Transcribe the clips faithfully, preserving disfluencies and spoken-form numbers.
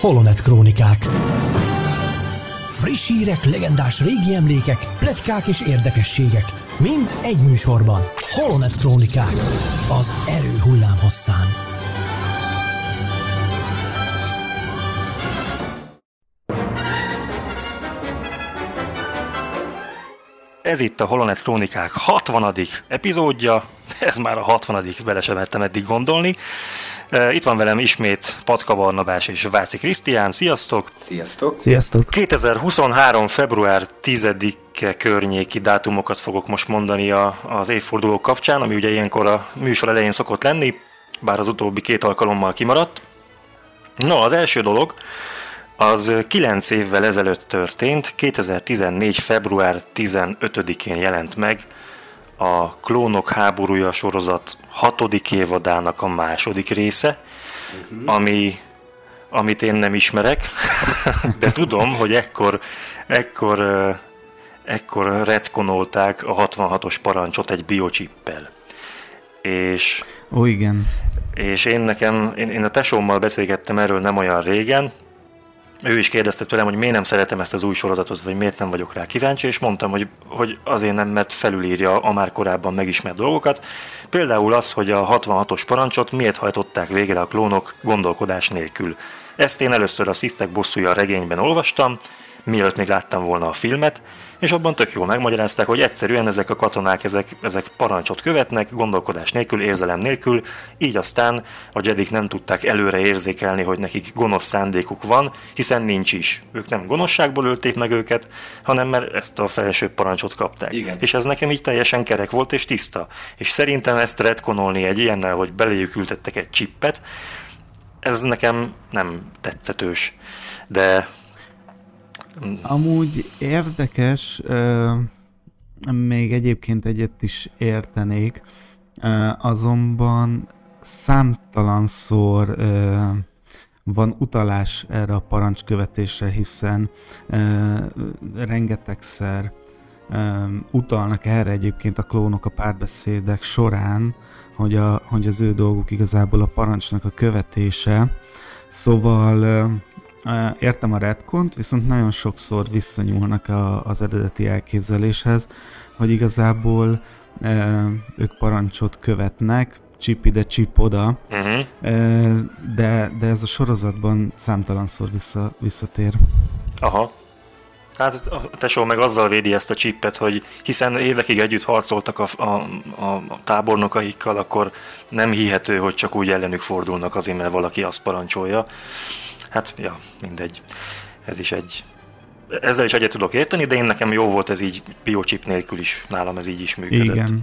Holonet Krónikák. Friss hírek, legendás régi emlékek, pletykák és érdekességek. Mind egy műsorban. Holonet Krónikák. Az erő hullámhosszán. Ez itt a Holonet Krónikák hatvanadik epizódja. Ez már a hatvanadik, bele sem mertem eddig gondolni. Itt van velem ismét Patka Barnabás és Váci Krisztián. Sziasztok! Sziasztok! Sziasztok! kétezer-huszonhárom. február tizedike környéki dátumokat fogok most mondani a, az évfordulók kapcsán, ami ugye ilyenkor a műsor elején szokott lenni, bár az utóbbi két alkalommal kimaradt. No, az első dolog, az kilenc évvel ezelőtt történt, kétezer-tizennégy. február tizenötödikén jelent meg a Klónok háborúja sorozat hatodik évadának a második része, uh-huh. ami, amit én nem ismerek, de tudom, hogy ekkor, ekkor, ekkor retkonolták a hatvanhatos parancsot egy biochippel. És, Ó, igen. És én nekem, én, én a tesómmal beszélgettem erről nem olyan régen. Ő is kérdezte tőlem, hogy miért nem szeretem ezt az új sorozatot, vagy miért nem vagyok rá kíváncsi, és mondtam, hogy, hogy azért nem, mert felülírja a már korábban megismert dolgokat. Például az, hogy a hatvanhatos parancsot miért hajtották végre a klónok gondolkodás nélkül. Ezt én először a Sithek bosszúja regényben olvastam, mielőtt még láttam volna a filmet, és abban tök jól megmagyarázták, hogy egyszerűen ezek a katonák, ezek, ezek parancsot követnek, gondolkodás nélkül, érzelem nélkül, így aztán a Jedik nem tudták előre érzékelni, hogy nekik gonosz szándékuk van, hiszen nincs is. Ők nem gonoszságból ölték meg őket, hanem mert ezt a felsőbb parancsot kapták. Igen. És ez nekem így teljesen kerek volt és tiszta. És szerintem ezt retkonolni egy ilyennel, hogy beléjük ültettek egy csippet, ez nekem nem tetszetős. De Amúgy érdekes, euh, még egyébként egyet is értenék, euh, azonban számtalanszor euh, van utalás erre a parancskövetésre, hiszen euh, rengetegszer euh, utalnak erre egyébként a klónok a párbeszédek során, hogy, a, hogy az ő dolguk igazából a parancsnak a követése. Szóval euh, értem a retcont, viszont nagyon sokszor visszanyúlnak a, az eredeti elképzeléshez, hogy igazából e, ők parancsot követnek, csip ide, csip oda, uh-huh. e, de, de ez a sorozatban számtalanszor vissza, visszatér. Aha. Hát a tesó meg azzal védi ezt a csippet, hogy hiszen évekig együtt harcoltak a, a, a tábornokaikkal, akkor nem hihető, hogy csak úgy ellenük fordulnak azért, mert valaki azt parancsolja. Hát, ja, mindegy. Ez is egy... Ezzel is egyet tudok érteni, de én nekem jó volt ez így biochip nélkül is, nálam ez így is működött. Igen.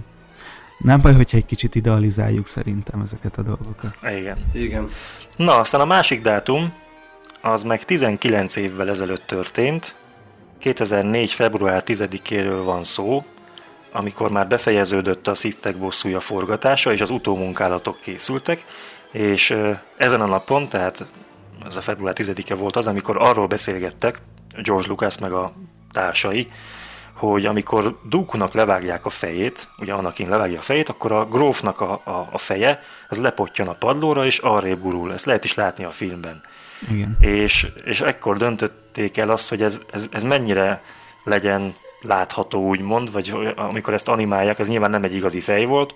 Nem baj, hogyha egy kicsit idealizáljuk szerintem ezeket a dolgokat. Igen. Igen. Na, aztán a másik dátum, az meg tizenkilenc évvel ezelőtt történt, kétezer-négy. február tizedikéről van szó, amikor már befejeződött a Sithek bosszúja forgatása, és az utómunkálatok készültek, és ezen a napon, tehát ez a február tizedike volt az, amikor arról beszélgettek, George Lucas meg a társai, hogy amikor Dookunak levágják a fejét, ugye Anakin levágja a fejét, akkor a grófnak a, a, a feje, az lepottyan a padlóra, és arrébb gurul. Ezt lehet is látni a filmben. Igen. És, és ekkor döntötték el azt, hogy ez, ez, ez mennyire legyen látható, úgymond, vagy amikor ezt animálják, ez nyilván nem egy igazi fej volt,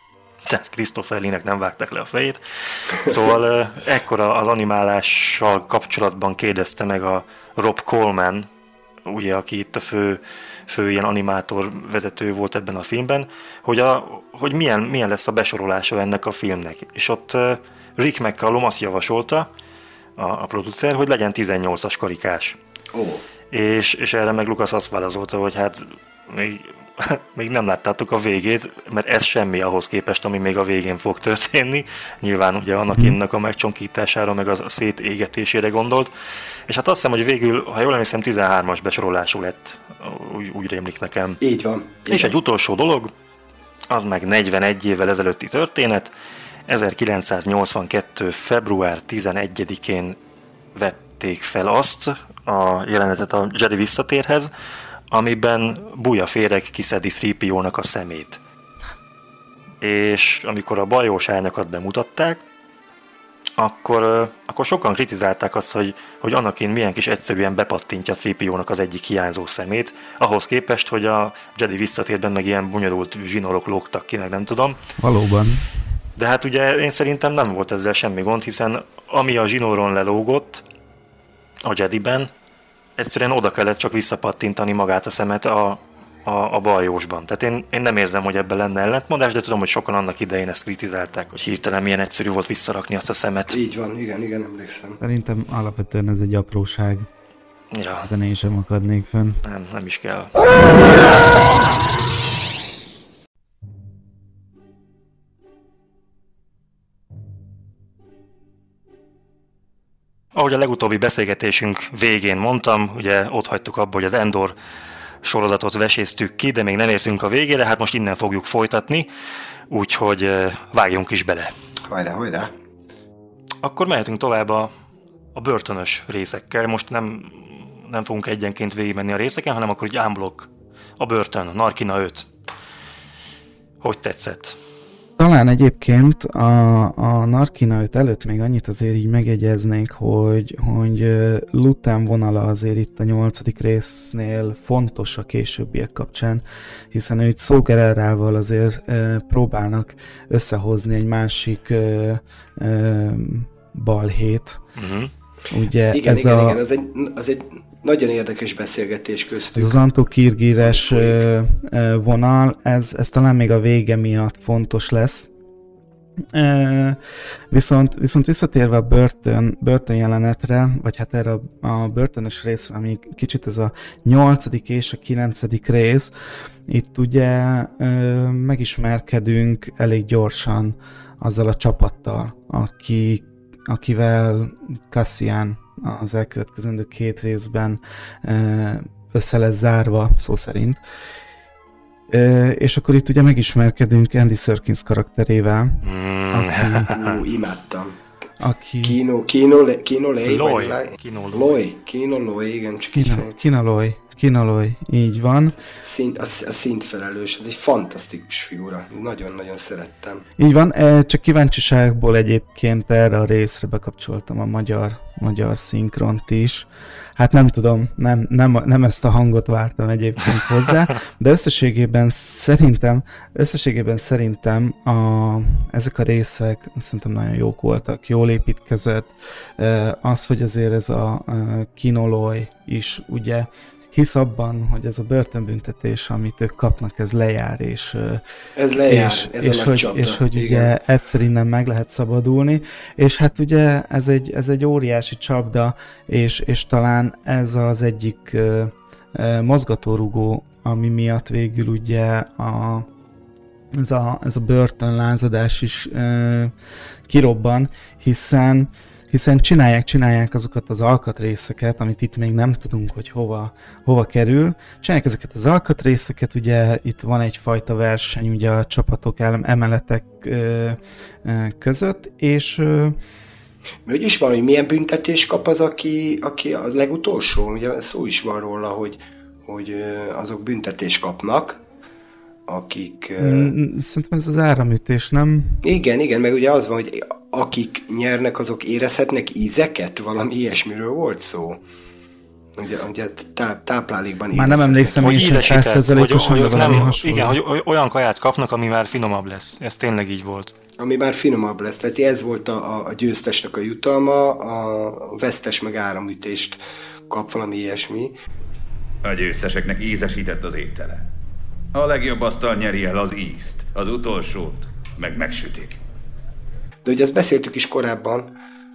tehát Christopher Lee-nek nem vágták le a fejét. Szóval ekkor az animálással kapcsolatban kérdezte meg a Rob Coleman, ugye, aki itt a fő, fő ilyen animátor vezető volt ebben a filmben, hogy, a, hogy milyen, milyen lesz a besorolása ennek a filmnek. És ott Rick McCallum azt javasolta, a, a producer, hogy legyen tizennyolcas karikás. Oh. És, és erre meg Lucas azt válaszolta, hogy hát még, még nem láttátok a végét, mert ez semmi ahhoz képest, ami még a végén fog történni. Nyilván ugye Anakinnak a megcsonkítására, meg a szétégetésére gondolt. És hát azt hiszem, hogy végül, ha jól emlékszem, tizenhármas besorolású lett, úgy, úgy rémlik nekem. Így van. Így és van. egy utolsó dolog, az meg negyvenegy évvel ezelőtti történet, ezerkilencszáznyolcvankettő. február tizenegyedikén vették fel azt a jelenetet a Jedi visszatérhez, amiben Bujaféreg kiszedi három pé ó-nak a szemét. És amikor a bajós árnyakat bemutatták, akkor, akkor sokan kritizálták azt, hogy, hogy Anakin milyen kis egyszerűen bepattintja cé pé ó-nak az egyik hiányzó szemét, ahhoz képest, hogy a Jedi visszatérben meg ilyen bonyolult zsinorok lógtak ki, meg nem tudom. Valóban. De hát ugye én szerintem nem volt ezzel semmi gond, hiszen ami a zsinóron lelógott a Jediben, egyszerűen oda kellett csak visszapattintani magát a szemet a, a, a baljósban. Tehát én, én nem érzem, hogy ebben lenne ellentmondás, de tudom, hogy sokan annak idején ezt kritizálták, hogy hirtelen milyen egyszerű volt visszarakni azt a szemet. Így van, igen, igen, emlékszem. Szerintem alapvetően ez egy apróság. Ja. Ezen én sem akadnék fönn. Nem, nem is kell. Ahogy a legutóbbi beszélgetésünk végén mondtam, ugye ott hagytuk abba, hogy az Endor sorozatot veséztük ki, de még nem értünk a végére, hát most innen fogjuk folytatni, úgyhogy vágjunk is bele. Hajrá, hajrá! Akkor mehetünk tovább a, a börtönös részekkel. Most nem, nem fogunk egyenként végigmenni a részeken, hanem akkor egy unblock. A börtön, Narkina öt. Hogy tetszett? Talán egyébként a, a Narkina öt előtt még annyit azért így megjegyeznék, hogy, hogy Luthen vonala azért itt a nyolcadik résznél fontos a későbbiek kapcsán, hiszen ő itt Saw Gerrerával azért e, próbálnak összehozni egy másik e, e, balhét. Uh-huh. Ugye igen, ez igen, a... igen, az egy, az egy nagyon érdekes beszélgetés köztük. Ez az Antokirgires vonal, ez, ez talán még a vége miatt fontos lesz. E, viszont, viszont visszatérve a börtön, börtön jelenetre, vagy hát erre a, a börtönös részre, ami kicsit ez a nyolcadik és a kilencedik rész, itt ugye e, megismerkedünk elég gyorsan azzal a csapattal, aki, akivel Cassian az elkövetkezendő két részben össze lesz zárva, szó szerint. És akkor itt ugye megismerkedünk Andy Serkis karakterével. Mm. Aki... Ú, imádtam. Aki... Kino, Kino, Kino Lay, Loy. Kino Loy. Kino Loy, igen, csak Kino, Kino Loy. Kino Loy, így van. Szint, a, a szintfelelős, ez egy fantasztikus figura. Nagyon-nagyon szerettem. Így van, csak kíváncsiságból egyébként erre a részre bekapcsoltam a magyar, magyar szinkront is. Hát nem tudom, nem, nem, nem ezt a hangot vártam egyébként hozzá, de összességében szerintem, összességében szerintem a, ezek a részek szerintem nagyon jók voltak, jól építkezett. Az, hogy azért ez a Kino Loy is ugye hisz abban, hogy ez a börtönbüntetés, amit ők kapnak, ez lejár, és, ez lejár, és, ez és, a hogy, csapda, és hogy igen. ugye egyszer innen meg lehet szabadulni, és hát ugye ez egy, ez egy óriási csapda, és, és talán ez az egyik uh, uh, mozgatórugó, ami miatt végül ugye a, ez, a, ez a börtönlázadás is uh, kirobban, hiszen hiszen csinálják, csinálják azokat az alkatrészeket, amit itt még nem tudunk, hogy hova, hova kerül. Csinálják ezeket az alkatrészeket, ugye itt van egyfajta verseny ugye a csapatok emeletek ö, ö, között, és... Ö, Hogy is van, hogy milyen büntetés kap az, aki, aki a legutolsó? Ugye szó is van róla, hogy, hogy azok büntetés kapnak, akik... Szerintem ez az áramütés, nem? Igen, igen, meg ugye az van, hogy akik nyernek, azok érezhetnek ízeket? Valami ilyesmiről volt szó. Ugye, ugye tá, táplálékban már nem emlékszem, hogy is száz százalékosan, hogy, hogy, hogy igen, hogy olyan kaját kapnak, ami már finomabb lesz. Ez tényleg így volt. Ami már finomabb lesz. Tehát ez volt a, a győztesnek a jutalma, a vesztes meg áramütést kap, valami ilyesmi. A győzteseknek ízesített az étele. A legjobb asztal nyeri el az ízt, az utolsót meg megsütik. De ugye ezt beszéltük is korábban,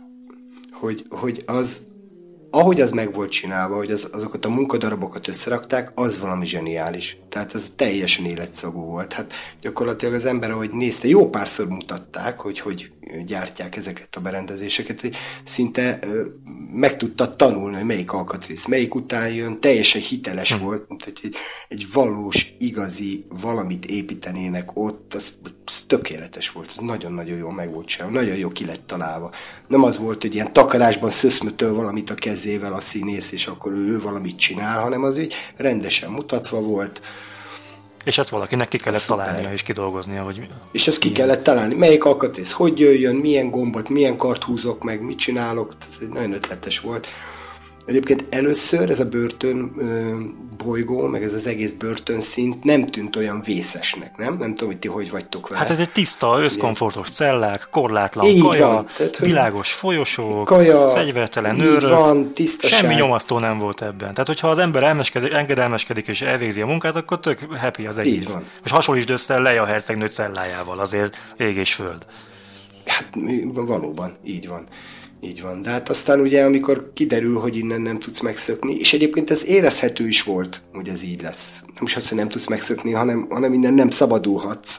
hogy, hogy az, ahogy az meg volt csinálva, hogy az, azokat a munkadarabokat összerakták, az valami zseniális. Tehát az teljesen életszagú volt. Hát gyakorlatilag az ember, ahogy nézte, jó párszor mutatták, hogy hogy gyártják ezeket a berendezéseket, hogy szinte ö, meg tudta tanulni, hogy melyik alkatrész, melyik után jön, teljesen hiteles hm. volt, mint hogy egy, egy valós, igazi valamit építenének ott, az, az tökéletes volt, az nagyon-nagyon jól meg volt csinálva, nagyon jó ki lett találva. Nem az volt, hogy ilyen takarásban szöszmötöl valamit a kezével a színész, és akkor ő valamit csinál, hanem az úgy rendesen mutatva volt. És ezt valakinek ki kellett Szuper. találnia és kidolgoznia, hogy... És ezt ki milyen. kellett találni. Melyik alkatrész, hogy jöjjön, milyen gombot, milyen kart húzok meg, mit csinálok, ez egy nagyon ötletes volt. Egyébként először ez a börtön ö, bolygó, meg ez az egész börtön szint nem tűnt olyan vészesnek, nem? Nem tudom, hogy ti hogy vagytok vele. Hát ez egy tiszta, összkomfortos cellák, korlátlan így kaja, van, tehát, világos folyosók, kaja, fegyvertelen őrök, van, tisztaság. Semmi nyomasztó nem volt ebben. Tehát, hogyha az ember engedelmeskedik és elvégzi a munkát, akkor tök happy az egész. Így van. És hasonlítsd össze Leia hercegnő cellájával, azért ég és föld. Hát valóban, így van. Így van. De hát aztán ugye, amikor kiderül, hogy innen nem tudsz megszökni, és egyébként ez érezhető is volt, hogy ez így lesz. Nem most azt, hogy nem tudsz megszökni, hanem, hanem innen nem szabadulhatsz.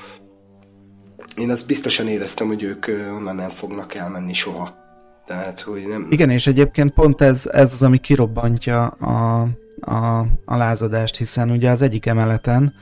Én azt biztosan éreztem, hogy ők onnan nem fognak elmenni soha. Tehát, hogy nem... Igen, és egyébként pont ez, ez az, ami kirobbantja a, a, a lázadást, hiszen ugye az egyik emeleten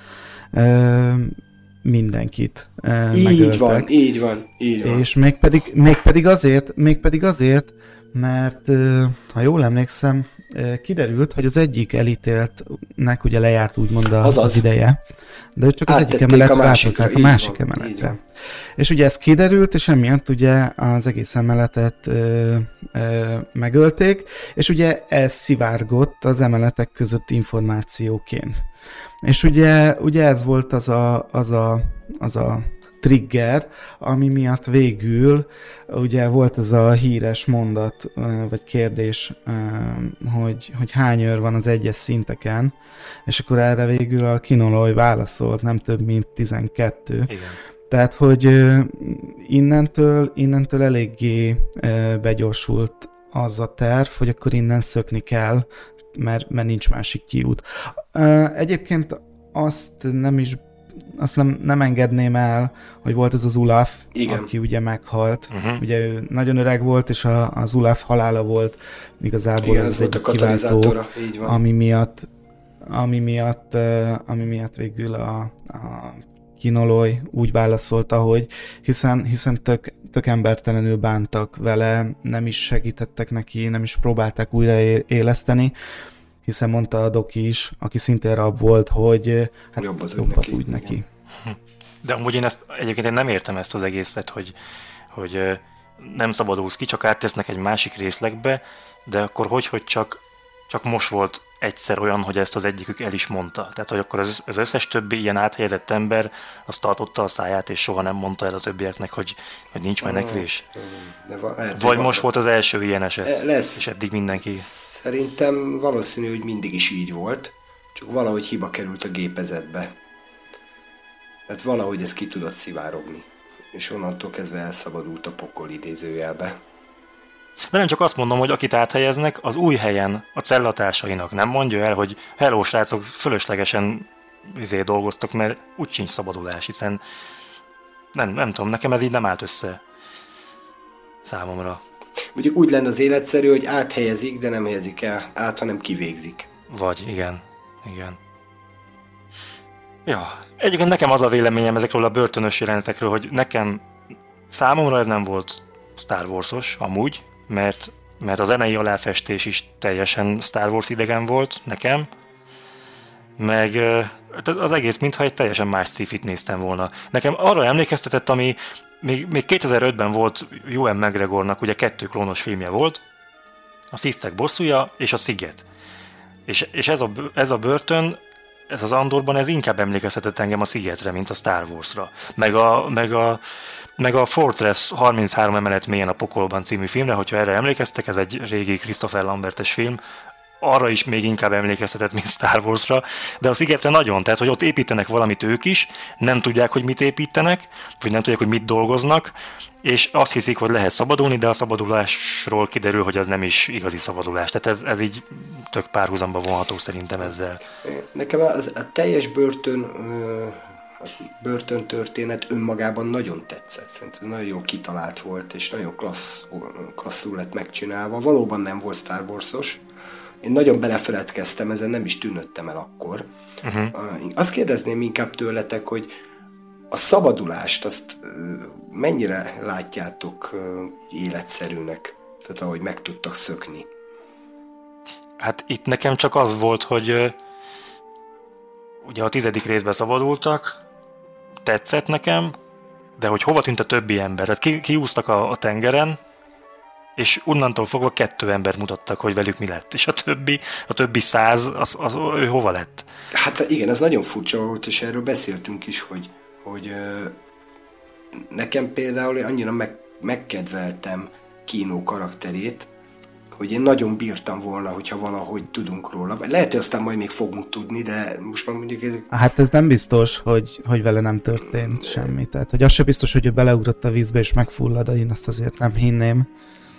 ö, mindenkit uh, így megöltek. van, így van, így van. És mégpedig, mégpedig azért, mégpedig azért, mert uh, ha jól emlékszem, uh, kiderült, hogy az egyik elítéltnek ugye lejárt úgymond a, az ideje, de ő csak az egyik emelet váltották a másik van, emeletre. És ugye ez kiderült, és emiatt ugye az egész emeletet ö, ö, megölték, és ugye ez szivárgott az emeletek között információként. És ugye, ugye ez volt az a, az, a, az a trigger, ami miatt végül ugye volt ez a híres mondat, vagy kérdés, hogy, hogy hány őr van az egyes szinteken, és akkor erre végül a Kinoloy válaszolt, nem több, mint tizenkettő. Igen. Tehát, hogy innentől, innentől eléggé begyorsult az a terv, hogy akkor innen szökni kell, mert, mert nincs másik kiút. Egyébként azt nem is azt nem, nem engedném el, hogy volt ez az Ulaf, igen. aki ugye meghalt. Uh-huh. Ugye ő nagyon öreg volt, és a, az Ulaf halála volt igazából igen, ez, ez egy kiváltó, ami miatt, ami miatt, ami miatt végül a, a Kinoloy úgy válaszolta, hogy hiszen, hiszen tök, tök embertelenül bántak vele, nem is segítettek neki, nem is próbálták újraéleszteni, hiszen mondta a Doki is, aki szintén rab volt, hogy hát jobb az, jobb az neki. úgy neki. De amúgy én ezt, egyébként én nem értem ezt az egészet, hogy, hogy nem szabadulsz ki, csak áttesznek egy másik részlegbe, de akkor hogy, hogy csak, csak most volt egyszer olyan, hogy ezt az egyikük el is mondta. Tehát, hogy akkor az, az összes többi ilyen áthelyezett ember azt tartotta a száját, és soha nem mondta el a többieknek, hogy, hogy nincs menekvés. De va- lehet, Vagy most volt az első ilyen eset, lesz. És eddig mindenki... Szerintem valószínű, hogy mindig is így volt, csak valahogy hiba került a gépezetbe. Tehát valahogy ez ki tudott szivárogni. És onnantól kezdve elszabadult a pokol idézőjelbe. De nem csak azt mondom, hogy akit áthelyeznek, az új helyen a cellatársainak nem mondja el, hogy hello srácok, fölöslegesen izé dolgoztok, mert úgy sincs szabadulás, hiszen nem, nem tudom, nekem ez így nem állt össze számomra. Mondjuk úgy lenne az életszerű, hogy áthelyezik, de nem helyezik el át, hanem kivégzik. Vagy, igen, igen. Ja, egyébként nekem az a véleményem ezekről a börtönös jelenetekről, hogy nekem számomra ez nem volt Star Wars-os, amúgy, mert, mert a zenei aláfestés is teljesen Star Wars idegen volt nekem, meg az egész mintha egy teljesen más sci-fit néztem volna. Nekem arra emlékeztetett, ami még, még kétezer-ötben volt Ewan McGregornak, ugye kettő klónos filmje volt, a Sithek bosszúja és a Sziget. És, és ez, a, ez a börtön, ez az Andorban, ez inkább emlékeztetett engem a Szigetre, mint a Star Warsra. Meg a, meg a meg a Fortress harminchárom emelet mélyen a pokolban című filmre, hogyha erre emlékeztek, ez egy régi Christopher Lambertes film, arra is még inkább emlékeztetett, mint Star Warsra, de a Szigetre nagyon, tehát hogy ott építenek valamit ők is, nem tudják, hogy mit építenek, vagy nem tudják, hogy mit dolgoznak, és azt hiszik, hogy lehet szabadulni, de a szabadulásról kiderül, hogy az nem is igazi szabadulás. Tehát ez, ez így tök párhuzamba vonható szerintem ezzel. Nekem az, a teljes börtön... Ö... a börtöntörténet önmagában nagyon tetszett, szerintem nagyon jól kitalált volt, és nagyon klassz, klasszul lett megcsinálva. Valóban nem volt Star Wars-os. Én nagyon belefeledkeztem, ezen nem is tűnődtem el akkor. Uh-huh. Azt kérdezném inkább tőletek, hogy a szabadulást, azt mennyire látjátok életszerűnek? Tehát ahogy meg tudtak szökni. Hát itt nekem csak az volt, hogy ugye a tizedik részben szabadultak, tetszett nekem, de hogy hova tűnt a többi ember? Tehát ki, kiúztak a, a tengeren, és onnantól fogva kettő embert mutattak, hogy velük mi lett. És a többi, a többi száz, az, az, ő hova lett? Hát igen, ez nagyon furcsa volt, és erről beszéltünk is, hogy, hogy ö, nekem például annyira meg, megkedveltem Kino karakterét, hogy én nagyon bírtam volna, hogyha valahogy tudunk róla. Lehet, hogy aztán majd még fogunk tudni, de most már mondjuk ez... Hát ez nem biztos, hogy, hogy vele nem történt semmi. Tehát, hogy az sem biztos, hogy ő beleugrott a vízbe és megfullad, de én azt azért nem hinném.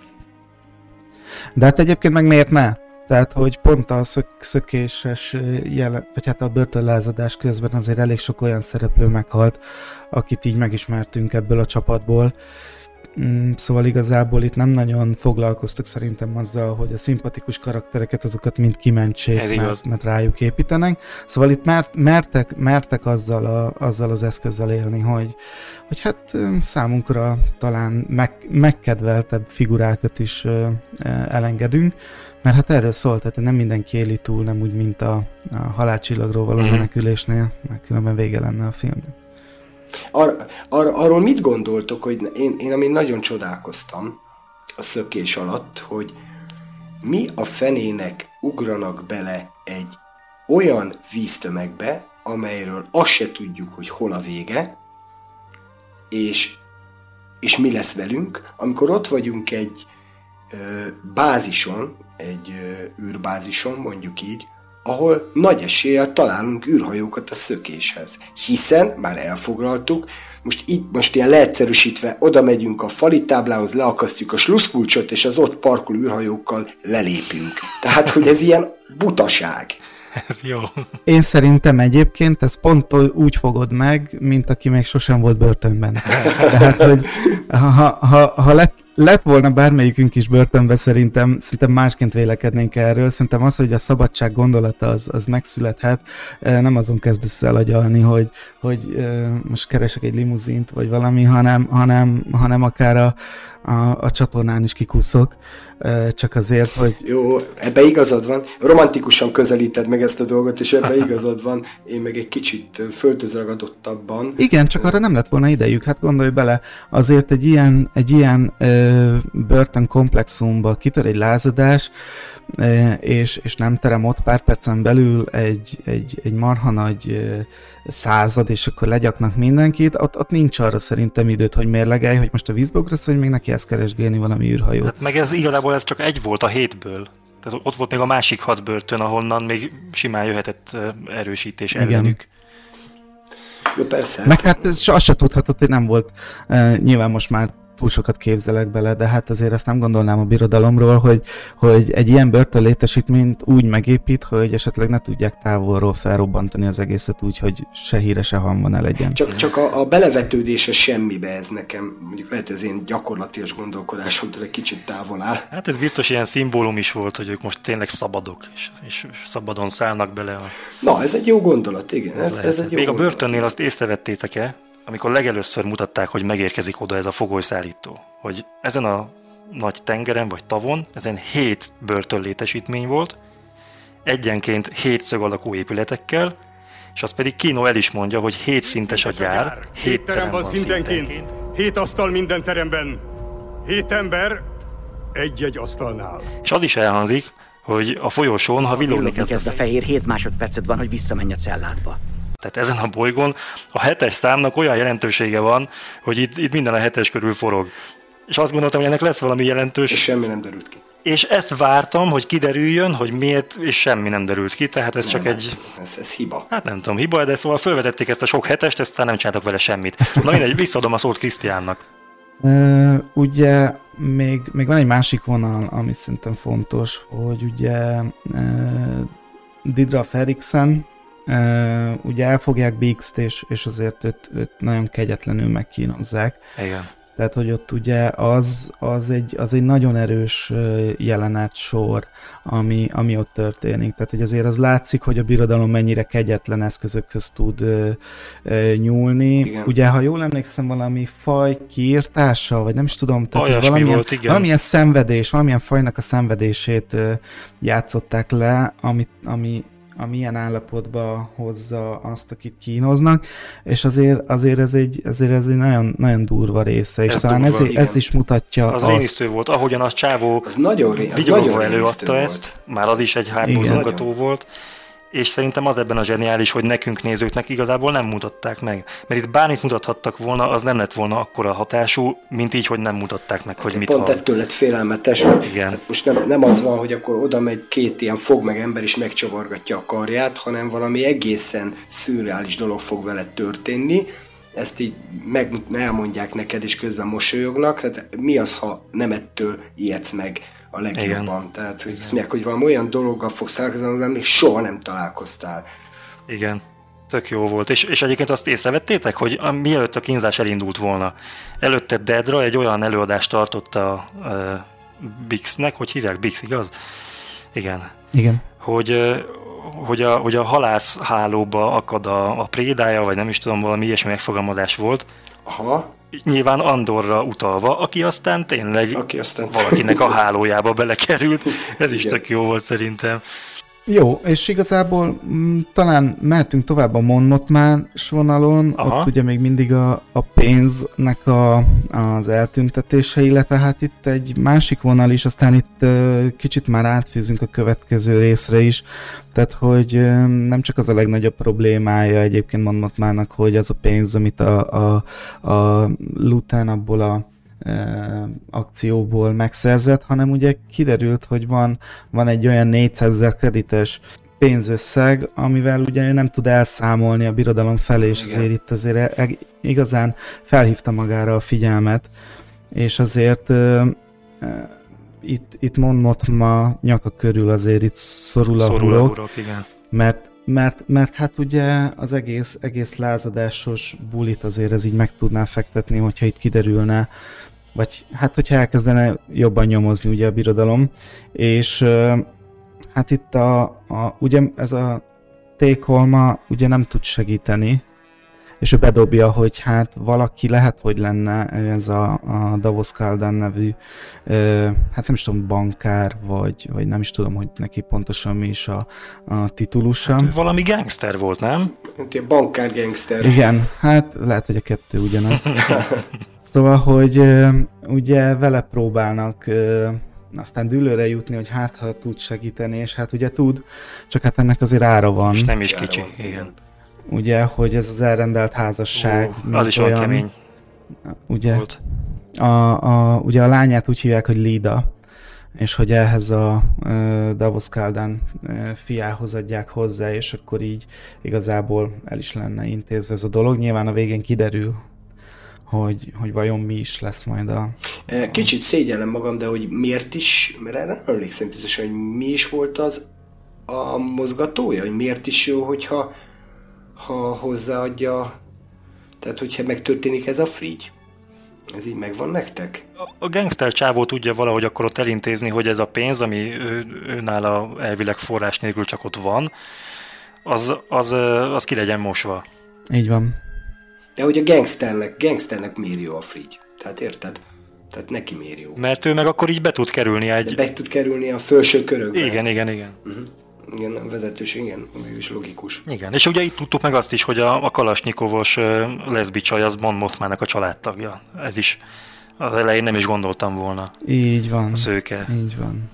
De hát egyébként meg miért ne? Tehát, hogy pont a szök, szökéses jelen, vagy hát a börtönlázadás közben azért elég sok olyan szereplő meghalt, akit így megismertünk ebből a csapatból. Szóval igazából itt nem nagyon foglalkoztak szerintem azzal, hogy a szimpatikus karaktereket, azokat mind kimentsék, mert, mert rájuk építenek. Szóval itt mert, mertek, mertek azzal, a, azzal az eszközzel élni, hogy, hogy hát számunkra talán meg, megkedveltebb figurákat is ö, ö, elengedünk, mert hát erről szólt, tehát nem mindenki éli túl, nem úgy, mint a, a halálcsillagról való mm-hmm. menekülésnél, mert különben vége lenne a filmnek. Ar, ar, arról mit gondoltok, hogy én, én amin nagyon csodálkoztam a szökés alatt, hogy mi a fenének ugranak bele egy olyan víztömegbe, amelyről azt se tudjuk, hogy hol a vége, és, és mi lesz velünk, amikor ott vagyunk egy ö, bázison, egy ö, űrbázison, mondjuk így, ahol nagy eséllyel találunk űrhajókat a szökéshez. Hiszen, már elfoglaltuk, most itt, most ilyen leegyszerűsítve, oda megyünk a fali táblához, leakasztjuk a sluszkulcsot, és az ott parkol űrhajókkal lelépünk. Tehát, hogy ez ilyen butaság. Ez jó. Én szerintem egyébként ez pont úgy fogod meg, mint aki még sosem volt börtönben. Tehát, hogy ha, ha, ha lett, lett volna bármelyikünk is börtönben, szerintem, szerintem másként vélekednénk erről. Szerintem az, hogy a szabadság gondolata az, az megszülethet, nem azon kezdesz el agyalni, hogy, hogy most keresek egy limuzint, vagy valami, hanem, hanem, hanem akár a, a, a csatornán is kikuszok, csak azért, hogy... Jó, ebbe igazad van. Romantikusan közelíted meg ezt a dolgot, és ebbe igazad van. Én meg egy kicsit föltözragadottabban. Igen, csak arra nem lett volna idejük. Hát gondolj bele, azért egy ilyen, egy ilyen ö, börtönkomplexumba kitör egy lázadás, ö, és, és nem terem ott pár percen belül egy, egy, egy marha nagy ö, század, és akkor legyaknak mindenkit, ott, ott nincs arra szerintem időt, hogy mérlegelj, hogy most a vízbe ugrasz, vagy még neki ezt keresgélni valami űrhajót. Hát meg ez igazából ez csak egy volt a hétből. Tehát ott volt még a másik hat börtön, ahonnan még simán jöhetett erősítés ellenük. Jó, persze. Meg hát azt se tudhatod, hogy nem volt. Uh, nyilván most már túl sokat képzelek bele, de hát azért azt nem gondolnám a birodalomról, hogy, hogy egy ilyen börtönlétesítményt úgy megépít, hogy esetleg ne tudják távolról felrobbantani az egészet úgy, hogy se híre, se hamva ne legyen. Csak, csak a, a belevetődése semmibe ez nekem, mondjuk lehet ez én gyakorlatias gondolkodásomtól egy kicsit távol áll. Hát ez biztos ilyen szimbólum is volt, hogy ők most tényleg szabadok, és, és szabadon szállnak bele a... Na, ez egy jó gondolat, igen. Ez, ez, ez egy jó Még gondolat. a börtönnél azt észrevettétek-e, amikor legelőször mutatták, hogy megérkezik oda ez a fogolyszállító, hogy ezen a nagy tengeren vagy tavon, ezen hét börtönlétesítmény volt, egyenként hét szög alakú épületekkel, és azt pedig Kino el is mondja, hogy hét szintes a gyár, hét terem van szintenként, hét asztal minden teremben, hét ember egy-egy asztalnál. És az is elhangzik, hogy a folyosón, ha villogni kezd, kezd a fehér, hét másodpercet van, hogy visszamenj a celládba. Tehát ezen a bolygón a hetes számnak olyan jelentősége van, hogy itt, itt minden a hetes körül forog. És azt gondoltam, hogy ennek lesz valami jelentős. És semmi nem derült ki. És ezt vártam, hogy kiderüljön, hogy miért, és semmi nem derült ki, tehát ez nem, csak egy... Ez, ez hiba. Hát nem tudom, hiba, de szóval felvezették ezt a sok hetest, aztán nem csináltak vele semmit. Na mindegy, visszaadom a szót Krisztiánnak. Uh, ugye még, még van egy másik vonal, ami szerintem fontos, hogy ugye uh, Didra Ferriksen, Uh, ugye elfogják Biggs-t, és, és azért őt, őt nagyon kegyetlenül megkínozzák. Igen. Tehát, hogy ott ugye az, az, egy, az egy nagyon erős jelenet sor, ami, ami ott történik. Tehát, hogy azért az látszik, hogy a birodalom mennyire kegyetlen eszközökhöz tud ö, ö, nyúlni. Igen. Ugye, ha jól emlékszem, valami faj kiírtása, vagy nem is tudom, tehát valamilyen, volt, igen. valamilyen szenvedés, valamilyen fajnak a szenvedését ö, játszották le, ami, ami a milyen állapotba hozza azt, akit kínoznak, és azért, azért ez egy, azért ez egy nagyon, nagyon durva része, és ez talán durva, ez, ez is mutatja az azt. Az rémisztő volt, ahogyan a csávó az nagyon, az nagyon előadta ezt, már az is egy hátborzongató volt, és szerintem az ebben a zseniális, hogy nekünk nézőknek igazából nem mutatták meg. Mert itt bármit mutathattak volna, az nem lett volna akkora hatású, mint így, hogy nem mutatták meg, hogy hát mit pont hall. ettől lett félelmetes. Igen. Hát most nem, nem az van, hogy akkor oda megy két ilyen fog meg ember is megcsavargatja a karját, hanem valami egészen szürreális dolog fog vele történni. Ezt így meg, elmondják neked, és közben mosolyognak. Hát mi az, ha nem ettől ijedsz meg a legjobban? Igen. Tehát, hogy azt mondják, hogy valami olyan dologgal fogsz találkozni, amivel még soha nem találkoztál. Igen, tök jó volt. És, és egyébként azt észrevettétek, hogy a, mielőtt a kínzás elindult volna, előtte Dedra egy olyan előadást tartott a uh, Bixnek, hogy hívják Bix, igaz? Igen. Igen. Hogy, uh, hogy, a, hogy a halászhálóba akad a, a prédája, vagy nem is tudom, valami ilyesmi megfogalmazás volt. Aha. Nyilván Andorra utalva, aki aztán tényleg aki aztán... valakinek a hálójába belekerült. Ez is tök jó volt szerintem. Jó, és igazából m, talán mehetünk tovább a Mon Mothmás vonalon, aha. Ott ugye még mindig a, a pénznek a, az eltüntetése, illetve hát itt egy másik vonal is, aztán itt uh, kicsit már átfűzünk a következő részre is, tehát hogy uh, nem csak az a legnagyobb problémája egyébként Mon Mothmának, hogy az a pénz, amit a, a, a Luthen abból a akcióból megszerzett, hanem ugye kiderült, hogy van, van egy olyan négyszázezer kredites pénzösszeg, amivel ugye ő nem tud elszámolni a birodalom felé, és azért itt azért igazán felhívta magára a figyelmet, és azért uh, uh, itt, itt Mon Mothma nyaka körül azért itt szorul a szorul hurok, a hurok, igen. mert Mert, mert hát ugye az egész, egész lázadásos bulit azért ez így meg tudná fektetni, hogyha itt kiderülne, vagy hát hogyha elkezdene jobban nyomozni ugye a birodalom, és hát itt a, a ugye ez a Tékolma ugye nem tud segíteni, és ő bedobja, hogy hát valaki lehet, hogy lenne ez a, a Davos Kaldán nevű, ö, hát nem is tudom, bankár, vagy, vagy nem is tudom, hogy neki pontosan mi is a, a titulusa. Hát valami gangster volt, nem? Hát bankár gangster. Igen, hát lehet, hogy a kettő ugyanaz. Szóval, hogy ö, ugye vele próbálnak ö, aztán dűlőre jutni, hogy hát ha tud segíteni, és hát ugye tud, csak hát ennek azért ára van. És nem is kicsi, van, igen. Ugye, hogy ez az elrendelt házasság. Ó, az is olyan kemény ugye, volt. A, a, ugye a lányát úgy hívják, hogy Lida, és hogy ehhez a uh, Davos Kaldán uh, fiához adják hozzá, és akkor így igazából el is lenne intézve ez a dolog. Nyilván a végén kiderül, hogy, hogy vajon mi is lesz majd a... Kicsit szégyellem magam, de hogy miért is, mert erre nem emlékszem biztosan, hogy mi is volt az a mozgatója, hogy miért is jó, hogyha ha hozzáadja, tehát hogyha megtörténik ez a frigy. Ez így megvan nektek? A, a gangster csávó tudja valahogy akkor ott elintézni, hogy ez a pénz, ami ő, őnála elvileg forrás nélkül csak ott van, az, az, az ki legyen mosva. Így van. De hogy a gangsternek, gangsternek miért jó a frigy? Tehát érted? Tehát neki miért jó? Mert ő meg akkor így be tud kerülni egy... De be tud kerülni a felső körökbe. Igen, igen, igen. Uh-huh. Igen, a vezetős, igen, mégis logikus. Igen, és ugye itt tudtuk meg azt is, hogy a, a kalasnyikovos uh, leszbi csaj az Mon Mothmának a családtagja. Ez is az elején nem is gondoltam volna. Így van. A szőke. Így van.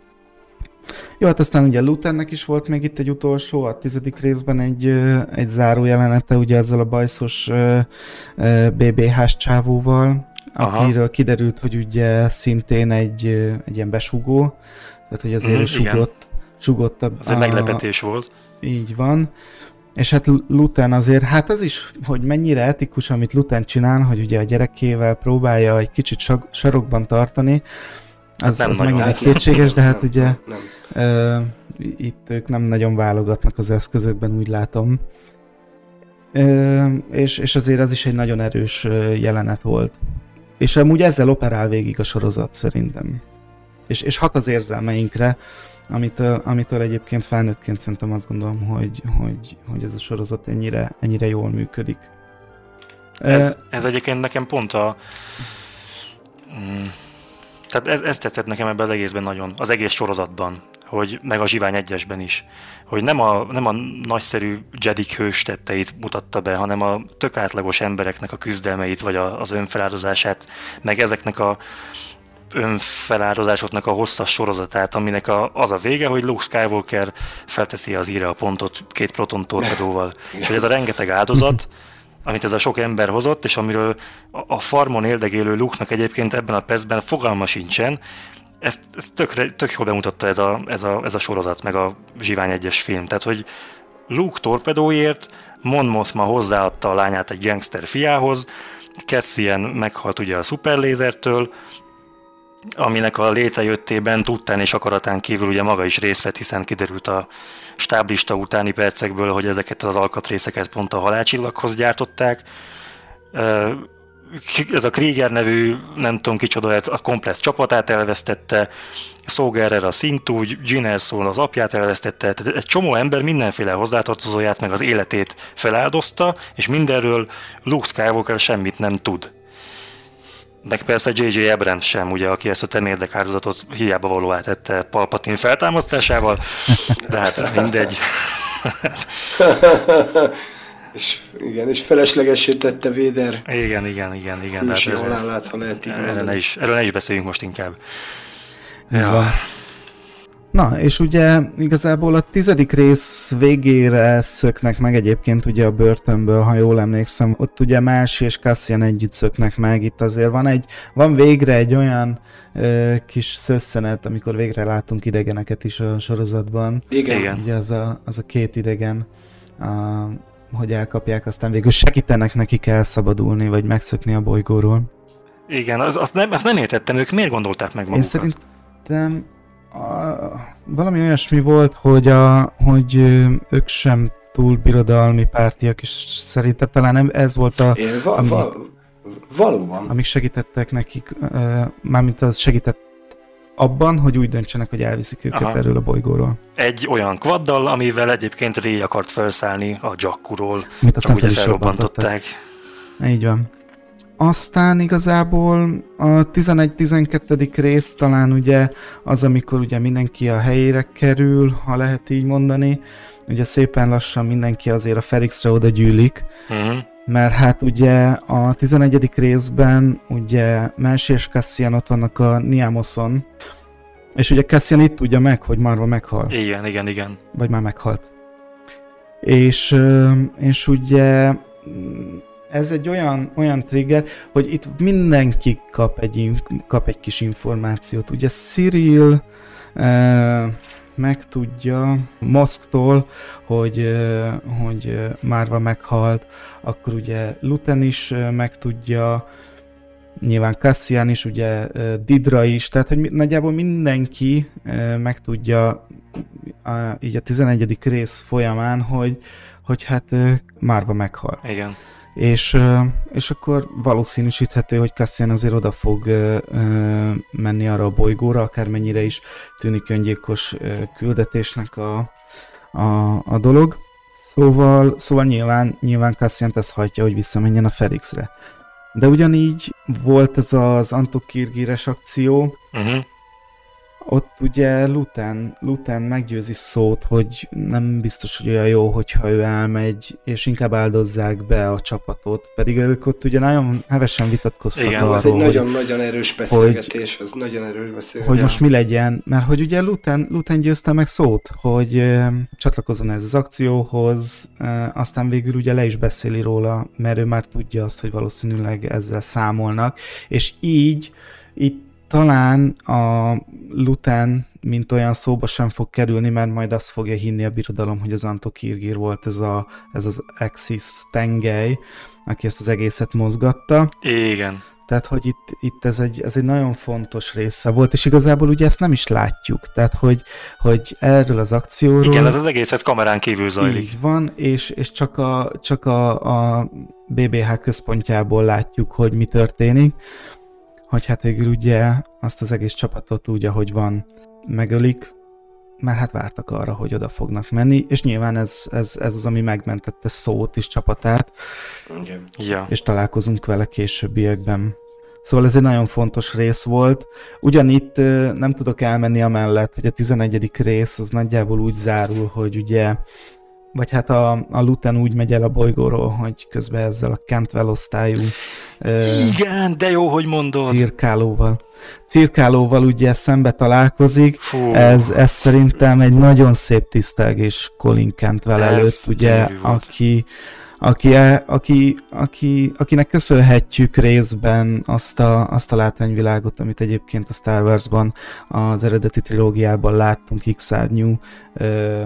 Jó, hát aztán ugye Luthennek is volt még itt egy utolsó, a tizedik részben egy, egy záró jelenete, ugye ezzel a bajszos uh, uh, bé bé hás csávóval, aha, akiről kiderült, hogy ugye szintén egy, egy ilyen besugó, tehát hogy azért mm, sugott, sugott a... Ez egy meglepetés volt. Így van. És hát Luthen azért, hát az is, hogy mennyire etikus, amit Luthen csinál, hogy ugye a gyerekével próbálja egy kicsit sarokban tartani, az, hát az megint egy kétséges, de hát nem, ugye nem, nem. Uh, itt ők nem nagyon válogatnak az eszközökben, úgy látom. Uh, és, és azért az is egy nagyon erős jelenet volt. És amúgy ezzel operál végig a sorozat szerintem. És, és hat az érzelmeinkre, amitől, amitől egyébként felnőttként szerintem azt gondolom, hogy, hogy, hogy ez a sorozat ennyire, ennyire jól működik. Ez, ez egyébként nekem pont a... Tehát Tehát ez, ez tetszett nekem ebben az egészben nagyon, az egész sorozatban, hogy meg a Zsivány egyesben is, hogy nem a, nem a nagyszerű Jedik hős tetteit mutatta be, hanem a tök átlagos embereknek a küzdelmeit, vagy a, az önfeláldozását, meg ezeknek a önfeláldozásoknak a hosszas sorozatát, aminek a, az a vége, hogy Luke Skywalker felteszi az íre a pontot két proton torpedóval. És ez a rengeteg áldozat, amit ez a sok ember hozott, és amiről a farmon éldegélő Luke-nak egyébként ebben a percben fogalma sincsen, ezt, ezt tökre, tök jól bemutatta ez a, ez, a, ez a sorozat, meg a Zsivány egyes film. Tehát, hogy Luke torpedóért Mon Mothma hozzáadta a lányát egy gangster fiához, Cassian meghalt ugye a szuperlézertől, aminek a létrejöttében tudtán és akaratán kívül ugye maga is részt vett, hiszen kiderült a stáblista utáni percekből, hogy ezeket az alkatrészeket pont a halálcsillaghoz gyártották. Ez a Krieger nevű, nem tudom kicsoda, a komplett csapatát elvesztette, Sogerrer a szintúgy, Jyn Erso az apját elvesztette, tehát egy csomó ember mindenféle hozzátartozóját meg az életét feláldozta, és mindenről Luke Skywalker semmit nem tud. Meg persze jé jé Abrams sem, ugye, aki ezt a temérdek áldozatot hiába valóvá tette Palpatine feltámasztásával, de hát mindegy. és, igen, és feleslegessé tette Vader. Igen, igen, igen, igen. Húsi halálát, ha lehet így erről ne, is, erről ne is beszéljünk most inkább. Ja. Na, és ugye igazából a tizedik rész végére szöknek meg egyébként ugye a börtönből, ha jól emlékszem, ott ugye Marsi és Cassian együtt szöknek meg, itt azért van egy, van végre egy olyan ö, kis szösszenet, amikor végre látunk idegeneket is a sorozatban. Igen. Igen. Ugye az a, az a két idegen, a, hogy elkapják, aztán végül segítenek nekik elszabadulni, vagy megszökni a bolygóról. Igen, az, azt, nem, azt nem értettem, ők miért gondolták meg magukat? Én szerintem A, valami olyasmi volt, hogy, a, hogy ők sem túl birodalmi pártiak, és szerintem talán ez volt a... Én, va, ami, va, valóban. amik segítettek nekik, uh, mármint az segített abban, hogy úgy döntsenek, hogy elviszik őket Aha. erről a bolygóról. Egy olyan quaddal, amivel egyébként Rey akart felszállni a Jakkuról, amit aztán fel is felrobbantották. Így van. Aztán igazából a tizenegy-tizenkettedik rész talán ugye az, amikor ugye mindenki a helyére kerül, ha lehet így mondani. Ugye szépen lassan mindenki azért a Ferrixre oda gyűlik, uh-huh. mert hát ugye a tizenegyedik részben ugye Marsi és Cassian ott vannak a Niamoson, és ugye Cassian itt tudja meg, hogy Marva meghal. Igen, igen, igen. Vagy már meghalt. És, és ugye... ez egy olyan, olyan trigger, hogy itt mindenki kap egy, kap egy kis információt. Ugye Cyril eh, megtudja Mosktól, hogy, eh, hogy Marva meghalt, akkor ugye Luten is eh, megtudja, nyilván Cassian is, ugye eh, Didra is, tehát hogy nagyjából mindenki eh, megtudja eh, így a tizenegyedik rész folyamán, hogy, hogy hát eh, Marva meghal. Igen. És, és akkor valószínűsíthető, hogy Cassian azért oda fog ö, ö, menni arra a bolygóra, akármennyire is tűnik öngyilkos ö, küldetésnek a, a, a dolog. Szóval, szóval nyilván, nyilván Cassiant ez hajtja, hogy visszamenjen a Ferrixre. De ugyanígy volt ez az Antokirgires akció, uh-huh. Ott ugye Luten, Luten meggyőzi Szót, hogy nem biztos, hogy olyan jó, hogyha ő elmegy, és inkább áldozzák be a csapatot. Pedig ők ott ugye nagyon hevesen vitatkoztak Igen, arról, az egy hogy, nagyon-nagyon erős beszélgetés, az nagyon erős beszélgetés. Hogy most mi legyen, mert hogy ugye Luten, Luten győzte meg Szót, hogy uh, csatlakozzon ez az akcióhoz, uh, aztán végül ugye le is beszéli róla, mert ő már tudja azt, hogy valószínűleg ezzel számolnak, és így, így talán a Luten, mint olyan szóba sem fog kerülni, mert majd azt fogja hinni a birodalom, hogy az Antokirgir volt ez, a, ez az Axis tengely, aki ezt az egészet mozgatta. Igen. Tehát, hogy itt, itt ez, egy, ez egy nagyon fontos része volt, és igazából ugye ezt nem is látjuk. Tehát, hogy, hogy erről az akcióról... Igen, ez az egész, ez kamerán kívül zajlik. Így van, és, és csak, a, csak a, a bé bé há központjából látjuk, hogy mi történik. Hogy hát végül ugye azt az egész csapatot úgy, ahogy van, megölik, mert hát vártak arra, hogy oda fognak menni, és nyilván ez, ez, ez az, ami megmentette Szót is csapatát, ja. és találkozunk vele későbbiekben. Szóval ez egy nagyon fontos rész volt. Ugyanitt nem tudok elmenni amellett, hogy a tizenegyedik rész az nagyjából úgy zárul, hogy ugye, vagy hát a, a Luthen úgy megy el a bolygóról, hogy közben ezzel a Cantwell osztályú igen, de jó, hogy mondod. Cirkálóval. Cirkálóval ugye szembe találkozik. Ez, ez szerintem egy nagyon szép tisztelgés Colin Cantwell előtt, ugye, aki Aki, aki, aki, akinek köszönhetjük részben azt a, azt a látványvilágot, amit egyébként a Star Warsban, az eredeti trilógiában láttunk, X-szárnyú, ö, ö,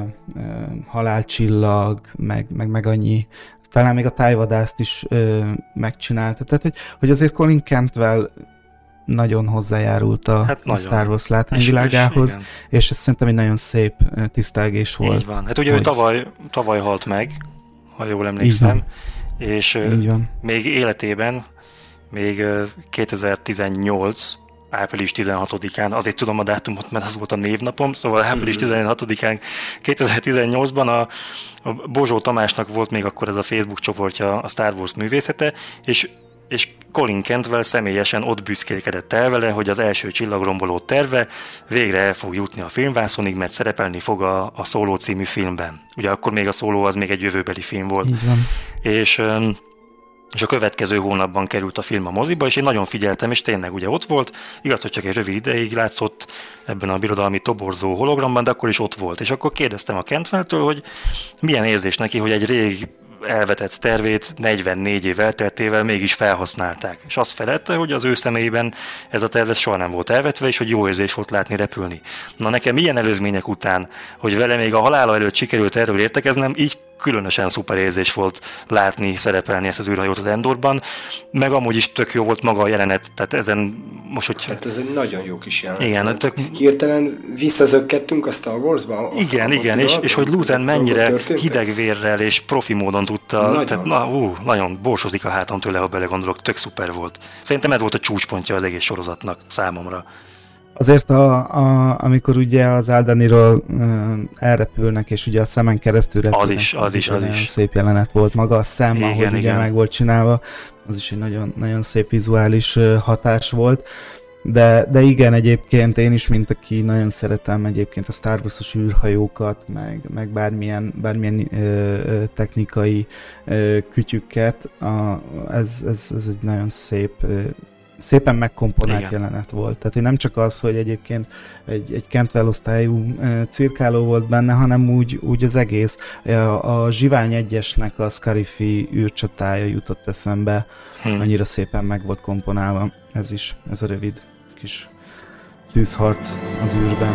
halálcsillag, meg, meg, meg annyi, talán még a tájvadászt is ö, megcsinálta. Tehát, hogy, hogy azért Colin Cantwell nagyon hozzájárult a, hát nagyon. a Star Wars látványvilágához, és, és, és ez szerintem egy nagyon szép tisztelgés volt. Így van. Hát ugye hogy... ő tavaly, tavaly halt meg, ha jól emlékszem, és még életében, még kétezer-tizennyolc április tizenhatodikán, azért tudom a dátumot, mert az volt a névnapom, szóval április tizenhatodikán kétezer-tizennyolcban a, a Bozsó Tamásnak volt még akkor ez a Facebook csoportja, a Star Wars művészete, és és Colin Cantwell személyesen ott büszkélkedett el vele, hogy az első csillagromboló terve végre el fog jutni a filmvászonig, mert szerepelni fog a, a Solo című filmben. Ugye akkor még a Solo az még egy jövőbeli film volt. Így van. És, és a következő hónapban került a film a moziba, és én nagyon figyeltem, és tényleg ugye ott volt, igaz, hogy csak egy rövid ideig látszott ebben a birodalmi toborzó hologramban, de akkor is ott volt. És akkor kérdeztem a Cantwelltől, hogy milyen érzés neki, hogy egy rég elvetett tervét negyvennégy év elteltével mégis felhasználták. És azt felelte, hogy az ő személyében ez a terv soha nem volt elvetve, és hogy jó érzés volt látni repülni. Na nekem ilyen előzmények után, hogy vele még a halála előtt sikerült erről értekeznem, így különösen szuper érzés volt látni, szerepelni ezt az űrhajót az Endorban, meg amúgy is tök jó volt maga a jelenet, tehát ezen most, hogy... Hát ez egy nagyon jó kis jelenet. Igen, tök... Hirtelen visszazökkedtünk a Star Wars-ba. Igen, igen, és, és hogy Luthen mennyire hidegvérrel és profi módon tudta, nagyon. Tehát na, ú, nagyon borsozik a hátam tőle, ha belegondolok, tök szuper volt. Szerintem ez volt a csúcspontja az egész sorozatnak számomra. Azért, a, a, amikor ugye az Aldaniról uh, elrepülnek, és ugye a szemen keresztül repülnek. Az is, az, az is, az is. Szép jelenet volt maga a szem, igen, ahogy igen. Ugye meg volt csinálva. Az is egy nagyon, nagyon szép vizuális uh, hatás volt. De, de igen, egyébként én is, mint aki nagyon szeretem egyébként a Star Wars-os űrhajókat, meg, meg bármilyen, bármilyen ö, ö, technikai ö, kütyükket, a, ez, ez, ez egy nagyon szép, ö, szépen megkomponált igen. jelenet volt. Tehát hogy nem csak az, hogy egyébként egy, egy Cantwell osztályú ö, cirkáló volt benne, hanem úgy, úgy az egész. A, a Zsivány egyesnek a Scarifi űrcsatája jutott eszembe, hmm. annyira szépen meg volt komponálva. Ez is, ez a rövid kis tűzharc az űrben.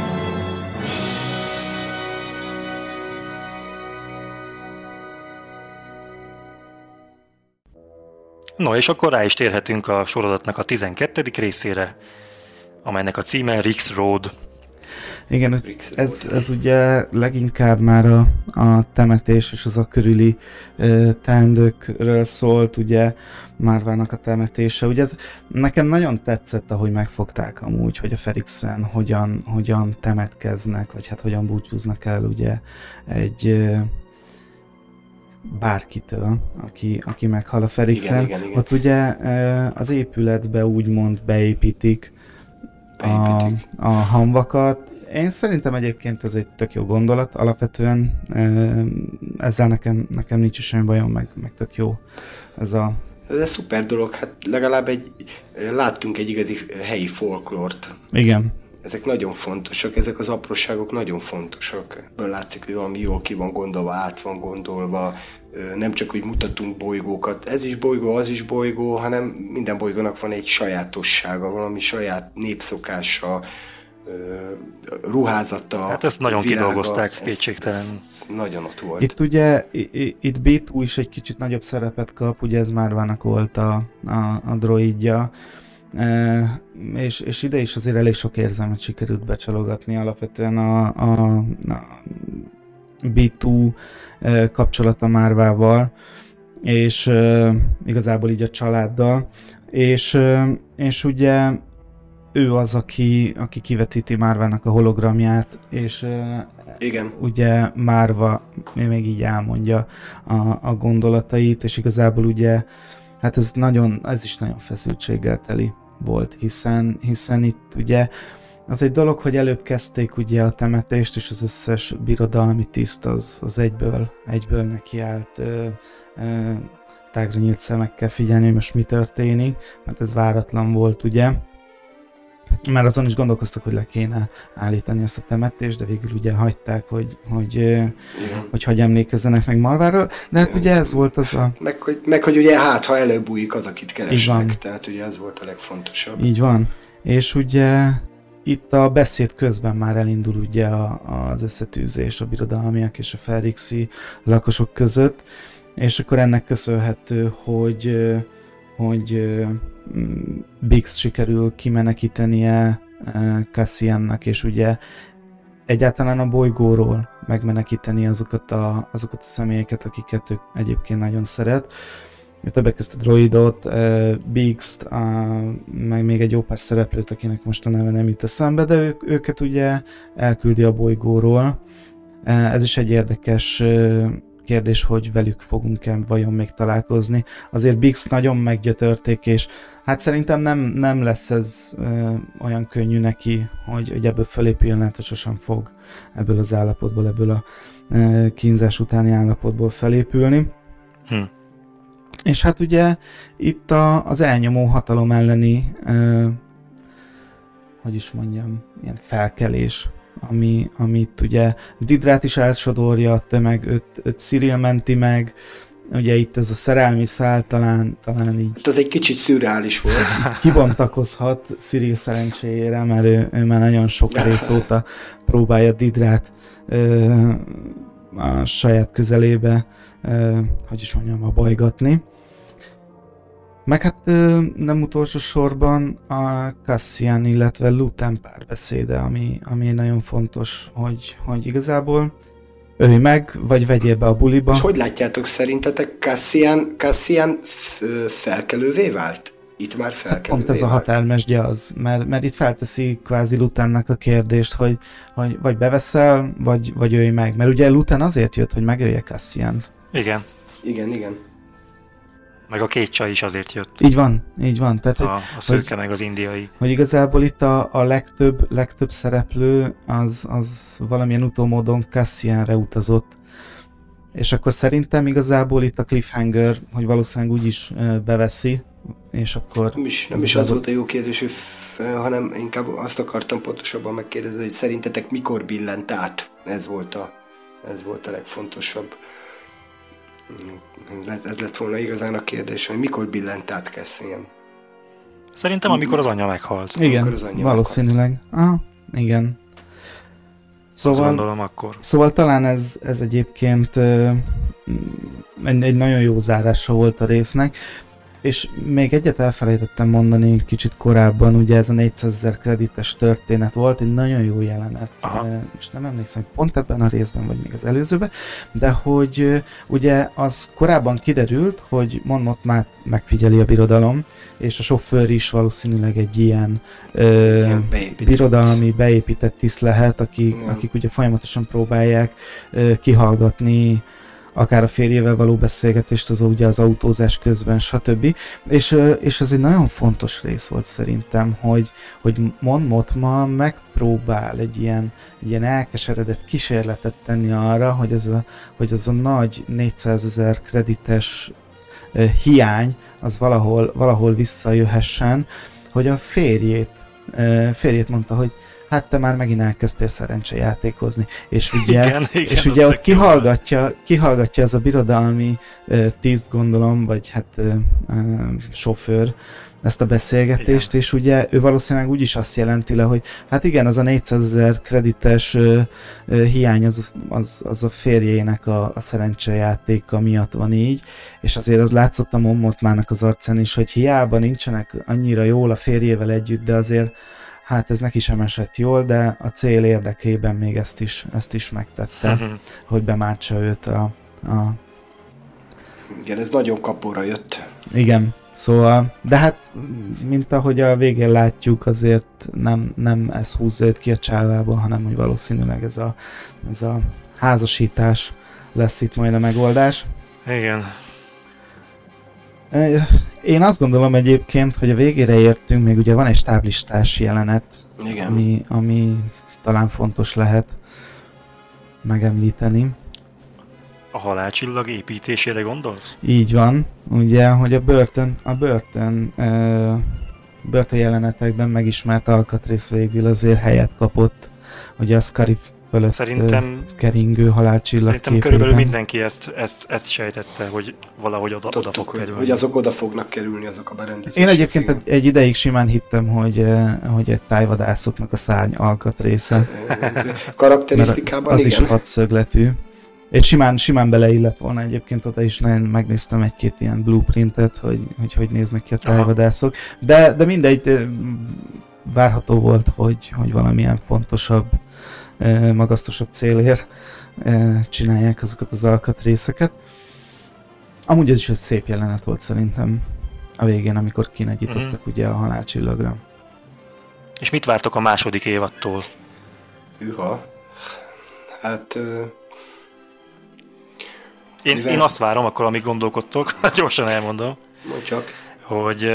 No, és akkor rá is térhetünk a sorozatnak a tizenkettedik részére, amelynek a címe Rix Road. Igen, ez, ez ugye leginkább már a, a temetés és az a körüli e, teendőkről szólt, ugye Marvának a temetése. Ugye ez nekem nagyon tetszett, ahogy megfogták amúgy, hogy a Ferrixen hogyan, hogyan temetkeznek, vagy hát hogyan búcsúznak el ugye egy e, bárkitől, aki, aki meghal a Ferrixen. Igen, igen, igen. Ott ugye e, az épületbe úgymond beépítik, beépítik. A, a hamvakat. Én szerintem egyébként ez egy tök jó gondolat, alapvetően ezzel nekem, nekem nincs is semmi bajom, meg, meg tök jó ez a... Ez egy szuper dolog, hát legalább egy, láttunk egy igazi helyi folklort. Igen. Ezek nagyon fontosak, ezek az apróságok nagyon fontosak. Ebből látszik, hogy valami jól ki van gondolva, át van gondolva, nem csak, hogy mutatunk bolygókat, ez is bolygó, az is bolygó, hanem minden bolygónak van egy sajátossága, valami saját népszokása, ruházata, hát ezt nagyon világa, kidolgozták, kétségtelen. Ez, ez nagyon ott volt. Itt ugye, itt bé kettő is egy kicsit nagyobb szerepet kap, ugye ez Marvának volt a, a, a droidja, e, és, és ide is azért elég sok érzelmet sikerült becsalogatni, alapvetően a, a, a bé kettő kapcsolata Marvával, és e, igazából így a családdal, és, e, és ugye ő az, aki, aki kivetíti Marvának a hologramját, és uh, igen. ugye Marva még így elmondja a, a gondolatait, és igazából ugye hát ez nagyon, ez is nagyon feszültséggel teli volt, hiszen, hiszen itt ugye az egy dolog, hogy előbb kezdték ugye a temetést, és az összes birodalmi tiszt az, az egyből, egyből nekiállt ö, ö, tágra nyílt szemekkel figyelni, hogy most mi történik, mert ez váratlan volt ugye. Már azon is gondolkoztak, hogy le kéne állítani ezt a temetést, de végül ugye hagyták, hogy, hogy, hogy hagy emlékezzenek meg Malváról, de hát ugye ez volt az a... Meg hogy, meg, hogy ugye hát, ha előbújik az, akit keresnek, tehát ugye ez volt a legfontosabb. Így van, és ugye itt a beszéd közben már elindul ugye a, az összetűzés a birodalmiak és a felrixi lakosok között, és akkor ennek köszönhető, hogy, hogy Biggs sikerül kimenekítenie Cassiannak, és ugye egyáltalán a bolygóról megmenekíteni azokat a, azokat a személyeket, akiket ő egyébként nagyon szeret. Többek között a droidot, Biggs-t, meg még egy jó pár szereplőt, akinek most a neve nem jut eszembe, de ők, őket ugye elküldi a bolygóról. Ez is egy érdekes kérdés, hogy velük fogunk-e vajon még találkozni. Azért Biggs nagyon meggyötörték, és hát szerintem nem, nem lesz ez ö, olyan könnyű neki, hogy, hogy ebből fölépüljön, lehet, hogy sosem fog ebből az állapotból, ebből a ö, kínzás utáni állapotból felépülni. Hm. És hát ugye itt a, az elnyomó hatalom elleni, ö, hogy is mondjam, ilyen felkelés, ami, amit ugye Didrát is elsodorja a tömeg, őt, őt Cyril menti meg, ugye itt ez a szerelmi szál talán, talán így... Hát ez egy kicsit szürreális volt. Kibontakozhat Cyril szerencséjére, mert ő, ő már nagyon sok rész óta próbálja Didrát ö, a saját közelébe, ö, hogy is mondjam, a bajgatni. Meg hát ö, nem utolsó sorban a Cassian, illetve Luthen párbeszéde, ami, ami nagyon fontos, hogy, hogy igazából ölj meg, vagy vegyél be a buliba. És hogy látjátok szerintetek, Cassian, Cassian felkelővé vált? Itt már felkelővé Pont ez vált. a határmesdje az, mert, mert itt felteszi kvázi Luthennek a kérdést, hogy, hogy vagy beveszel, vagy, vagy ölj meg. Mert ugye Luthen azért jött, hogy megölje Cassiant. Igen. Igen, igen. Meg a két csaj is azért jött. Így van, így van. Tehát, a, a szőke hogy, meg az indiai. Hogy igazából itt a, a legtöbb, legtöbb szereplő az, az valamilyen utómódon Cassianre utazott. És akkor szerintem igazából itt a cliffhanger, hogy valószínűleg úgy is beveszi, és akkor... Nem is, nem is az volt a jó kérdés, hogy f, hanem inkább azt akartam pontosabban megkérdezni, hogy szerintetek mikor billent át? Ez volt a, ez volt a legfontosabb. Ez, ez lett volna igazán a kérdés, hogy mikor billent át Cassian. Szerintem amikor az anyja meghalt. Igen, az anyja valószínűleg. Aha, igen. Szóval, azt gondolom akkor. Szóval talán ez, ez egyébként uh, egy, egy nagyon jó zárása volt a résznek. És még egyet elfelejtettem mondani kicsit korábban, ugye ez a négyszázezer kredites történet volt, egy nagyon jó jelenet. Aha. Most nem emlékszem, hogy pont ebben a részben, vagy még az előzőben, de hogy ugye az korábban kiderült, hogy Mon Mothmát megfigyeli a birodalom, és a sofőr is valószínűleg egy ilyen ö, beépített. birodalmi beépített tiszt lehet, akik, akik ugye folyamatosan próbálják ö, kihallgatni akár a férjével való beszélgetést, az ugye az autózás közben, stb. És, és ez egy nagyon fontos rész volt szerintem, hogy, hogy Mon Mothma megpróbál egy ilyen, egy ilyen elkeseredett kísérletet tenni arra, hogy ez a, hogy ez a nagy négyszázezer kredites uh, hiány, az valahol, valahol visszajöhessen, hogy a férjét, uh, férjét mondta, hogy hát te már megint elkezdtél szerencsejátékozni. És ugye, igen, igen, és ugye ott kihallgatja, kihallgatja ez a birodalmi uh, tiszt, gondolom, vagy hát uh, uh, sofőr ezt a beszélgetést, igen. És ugye ő valószínűleg úgy is azt jelenti le, hogy hát igen, az a négyszázezer kredites uh, uh, hiány az, az, az a férjének a, a szerencsejátéka miatt van így, és azért az látszott a Mon Mothmának az arcán is, hogy hiába nincsenek annyira jól a férjével együtt, de azért hát ez neki sem esett jól, de a cél érdekében még ezt is, ezt is megtette, uh-huh. hogy bemártsa őt a, a... Igen, ez nagyon kapóra jött. Igen, szóval, de hát, mint ahogy a végén látjuk, azért nem, nem ez húzza őt ki a csávába, hanem hogy valószínűleg ez a, ez a házasítás lesz itt majd a megoldás. Igen. Én azt gondolom egyébként, hogy a végére értünk, még ugye van egy stáblistás jelenet, Igen. Ami, ami talán fontos lehet megemlíteni. A halálcsillag építésére gondolsz? Így van, ugye, hogy a börtön, a börtön, ö, börtön jelenetekben megismert alkatrész végül azért helyet kapott, ugye a Scarif fölött szerintem, keringő halálcsillag Szerintem képében. körülbelül mindenki ezt, ezt, ezt sejtette, hogy valahogy oda, oda fog hogy, kerülni. hogy azok oda fognak kerülni, azok a berendezések. Én egyébként egy, egy ideig simán hittem, hogy, hogy egy tájvadászoknak a szárny alkatrésze. Karakterisztikában az igen. is hatszögletű. És simán, simán beleillett volna egyébként oda is, nagyon megnéztem egy-két ilyen blueprintet, hogy hogy, hogy néznek ki a tájvadászok. De, de mindegy, várható volt, hogy, hogy valamilyen fontosabb, magasztosabb célért csinálják azokat az alkatrészeket. Amúgy ez is egy szép jelenet volt szerintem a végén, amikor kinegyítottak mm-hmm. ugye a halálcsillagra. És mit vártok a második évadtól? Hűha. Hát... Ö... Én, én azt várom, akkor amíg gondolkodtok, gyorsan elmondom. Mondj csak. Hogy,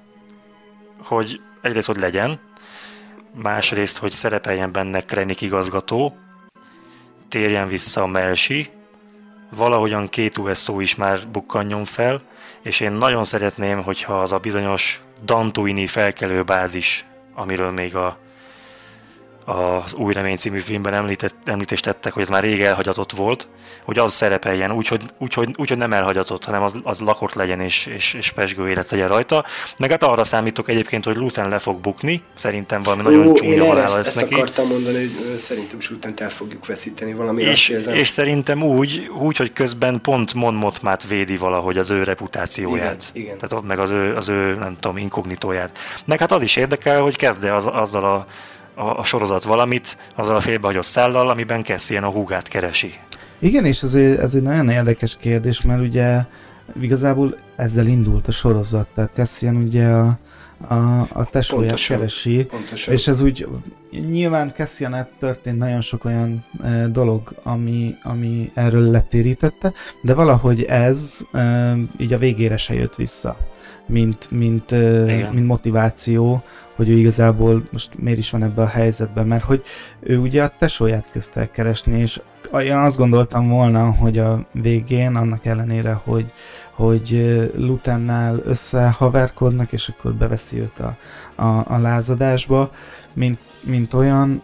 hogy egyrészt, hogy legyen, másrészt, hogy szerepeljen benne Krennic igazgató, térjen vissza a Melshi, valahogyan két u es o is már bukkanjon fel, és én nagyon szeretném, hogyha az a bizonyos Dantooine felkelő bázis, amiről még a, az Új Remény című filmben említett, említést tettek, hogy ez már rég elhagyatott volt, hogy az szerepeljen, úgyhogy úgy, hogy, úgy, hogy nem elhagyatott, hanem az, az lakott legyen és, és, és pesgő élet legyen rajta. Meg hát arra számítok egyébként, hogy Luthen le fog bukni, szerintem valami Ó, nagyon csúnya halála lesz ezt neki. Ezt akartam mondani, hogy szerintem is Luthent el fogjuk veszíteni, valami és, érzem. és szerintem úgy, úgy, hogy közben pont Mon Mothmát védi valahogy az ő reputációját. Igen, igen. Tehát meg az ő, az ő, nem tudom, inkognitóját. Meg hát az is érdekel, hogy kezd-e az, azzal a A, a sorozat valamit, azzal a félbehagyott szállal, amiben Cassian a húgát keresi. Igen, és ez egy, ez egy nagyon érdekes kérdés, mert ugye igazából ezzel indult a sorozat, tehát Cassian ugye a, a, a tesóját pontosan, keresi, pontosan. És ez úgy, nyilván Cassian történt nagyon sok olyan e, dolog, ami, ami erről letérítette, de valahogy ez e, így a végére se jött vissza, mint, mint, e, mint motiváció, hogy ő igazából most miért is van ebben a helyzetben, mert hogy ő ugye a tesóját kezdte el keresni, és én azt gondoltam volna, hogy a végén, annak ellenére, hogy, hogy Luthennál összehaverkodnak, és akkor beveszi őt a, a, a lázadásba, mint, mint olyan,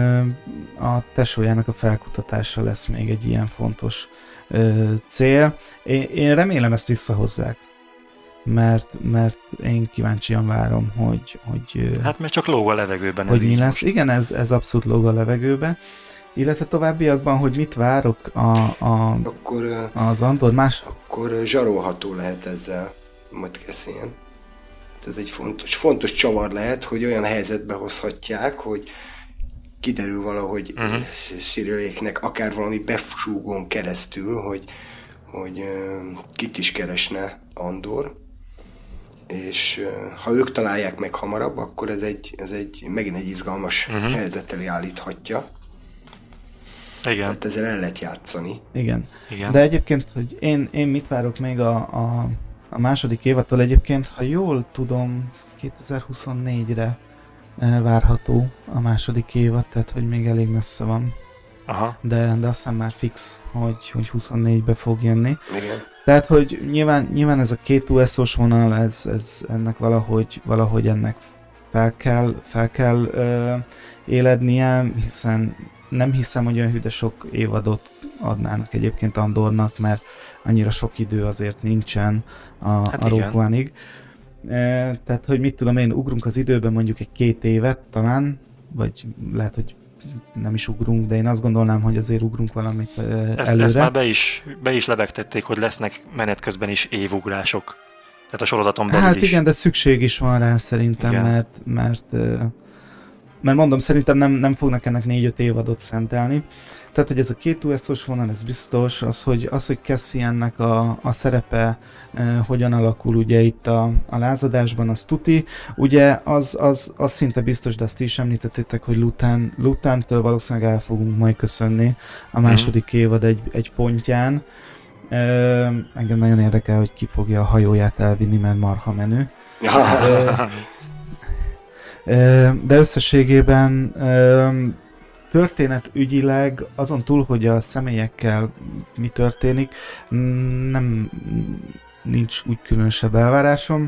a tesójának a felkutatása lesz még egy ilyen fontos cél. Én, én remélem ezt visszahozzák. Mert, mert én kíváncsian várom, hogy... hogy hát mert csak lóg a levegőben hogy ez mi így lesz. Most. Igen, ez, ez abszolút lóg a levegőben. Illetve továbbiakban, hogy mit várok a, a, akkor, az Andor más... Akkor zsarolható lehet ezzel, majd Cassian. Ez egy fontos, fontos csavar lehet, hogy olyan helyzetbe hozhatják, hogy kiderül valahogy uh-huh. Cyrilléknek akár valami befúgón keresztül, hogy, hogy uh, kit is keresne Andor. És uh, ha ők találják meg hamarabb, akkor ez egy, ez egy megint egy izgalmas uh-huh. helyzet elé állíthatja. Igen. Hát ezzel el lehet játszani. Igen. Igen. De egyébként, hogy én, én mit várok még a, a, a második évattól egyébként, ha jól tudom, kétezer-huszonnégyre várható a második évad, tehát hogy még elég messze van. Aha. De, de aztán már fix, hogy, hogy huszonnégybe fog jönni. Igen. Tehát, hogy nyilván, nyilván ez a két u es o-s vonal, ez, ez ennek valahogy, valahogy ennek fel kell, fel kell ö, élednie, hiszen nem hiszem, hogy olyan hű, de sok évadot adnának egyébként Andornak, mert annyira sok idő azért nincsen a, hát a Rogue One-ig. E, tehát, hogy mit tudom én, ugrunk az időben mondjuk egy két évet talán, vagy lehet, hogy nem is ugrunk, de én azt gondolnám, hogy azért ugrunk valamit e, ezt, előre. Ezt már be is, be is lebegtették, hogy lesznek menet közben is évugrások. Tehát a sorozaton belül hát is. Hát igen, de szükség is van rá szerintem, igen. mert, mert mert mondom, szerintem nem, nem fognak ennek négy-öt évadot szentelni. Tehát, hogy ez a két u es o-s vonal, ez biztos, az, hogy, az, hogy Cassiannek a, a szerepe eh, hogyan alakul ugye itt a, a lázadásban, az tuti. Ugye az, az, az szinte biztos, de azt is említettétek, hogy Luthen, Luthentől valószínűleg el fogunk majd köszönni a második mm. évad egy, egy pontján. Ö, engem nagyon érdekel, hogy ki fogja a hajóját elvinni, mert marha menő. ö, ö, de összességében ö, történetügyileg azon túl, hogy a személyekkel mi történik, nem nincs úgy különösebb elvárásom.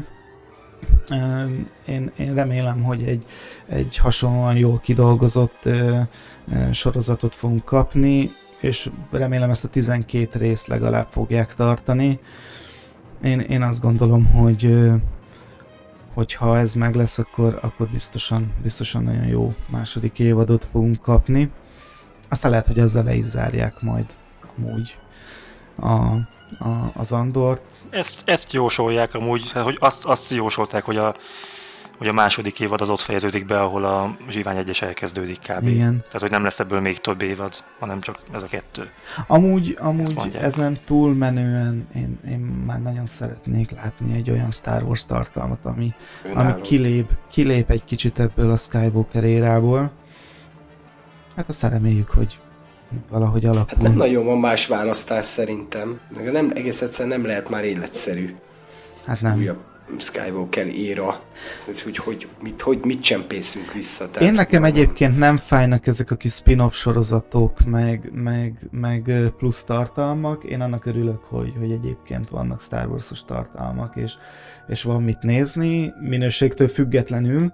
Én, én remélem, hogy egy, egy hasonlóan jól kidolgozott ö, ö, sorozatot fogunk kapni, és remélem ezt a tizenkét részt legalább fogják tartani. Én, én azt gondolom, hogy ö, hogyha ez meg lesz, akkor, akkor biztosan, biztosan nagyon jó második évadot fogunk kapni. Aztán lehet, hogy ezzel le is zárják majd amúgy a, a, az Andort. Ezt, ezt jósolják amúgy, hogy azt, azt jósolták, hogy a, hogy a második évad az ott fejeződik be, ahol a Zsivány egyes elkezdődik kb. Igen. Tehát, hogy nem lesz ebből még több évad, hanem csak ez a kettő. Amúgy, amúgy ezen túlmenően én, én már nagyon szeretnék látni egy olyan Star Wars tartalmat, ami, ami kilép, kilép egy kicsit ebből a Skywalker érából. Hát aztán reméljük, hogy valahogy alakul. Hát nem nagyon van más választás szerintem. Nem, egész egyszerűen nem lehet már életszerű. Hát nem. Újabb Skywalker éra, hogy, hogy mit, hogy mit csempészünk vissza. Tehát én nekem egyébként nem fájnak ezek a kis spin-off sorozatok, meg, meg, meg plusz tartalmak. Én annak örülök, hogy, hogy egyébként vannak Star Wars-os tartalmak, és, és van mit nézni, minőségtől függetlenül.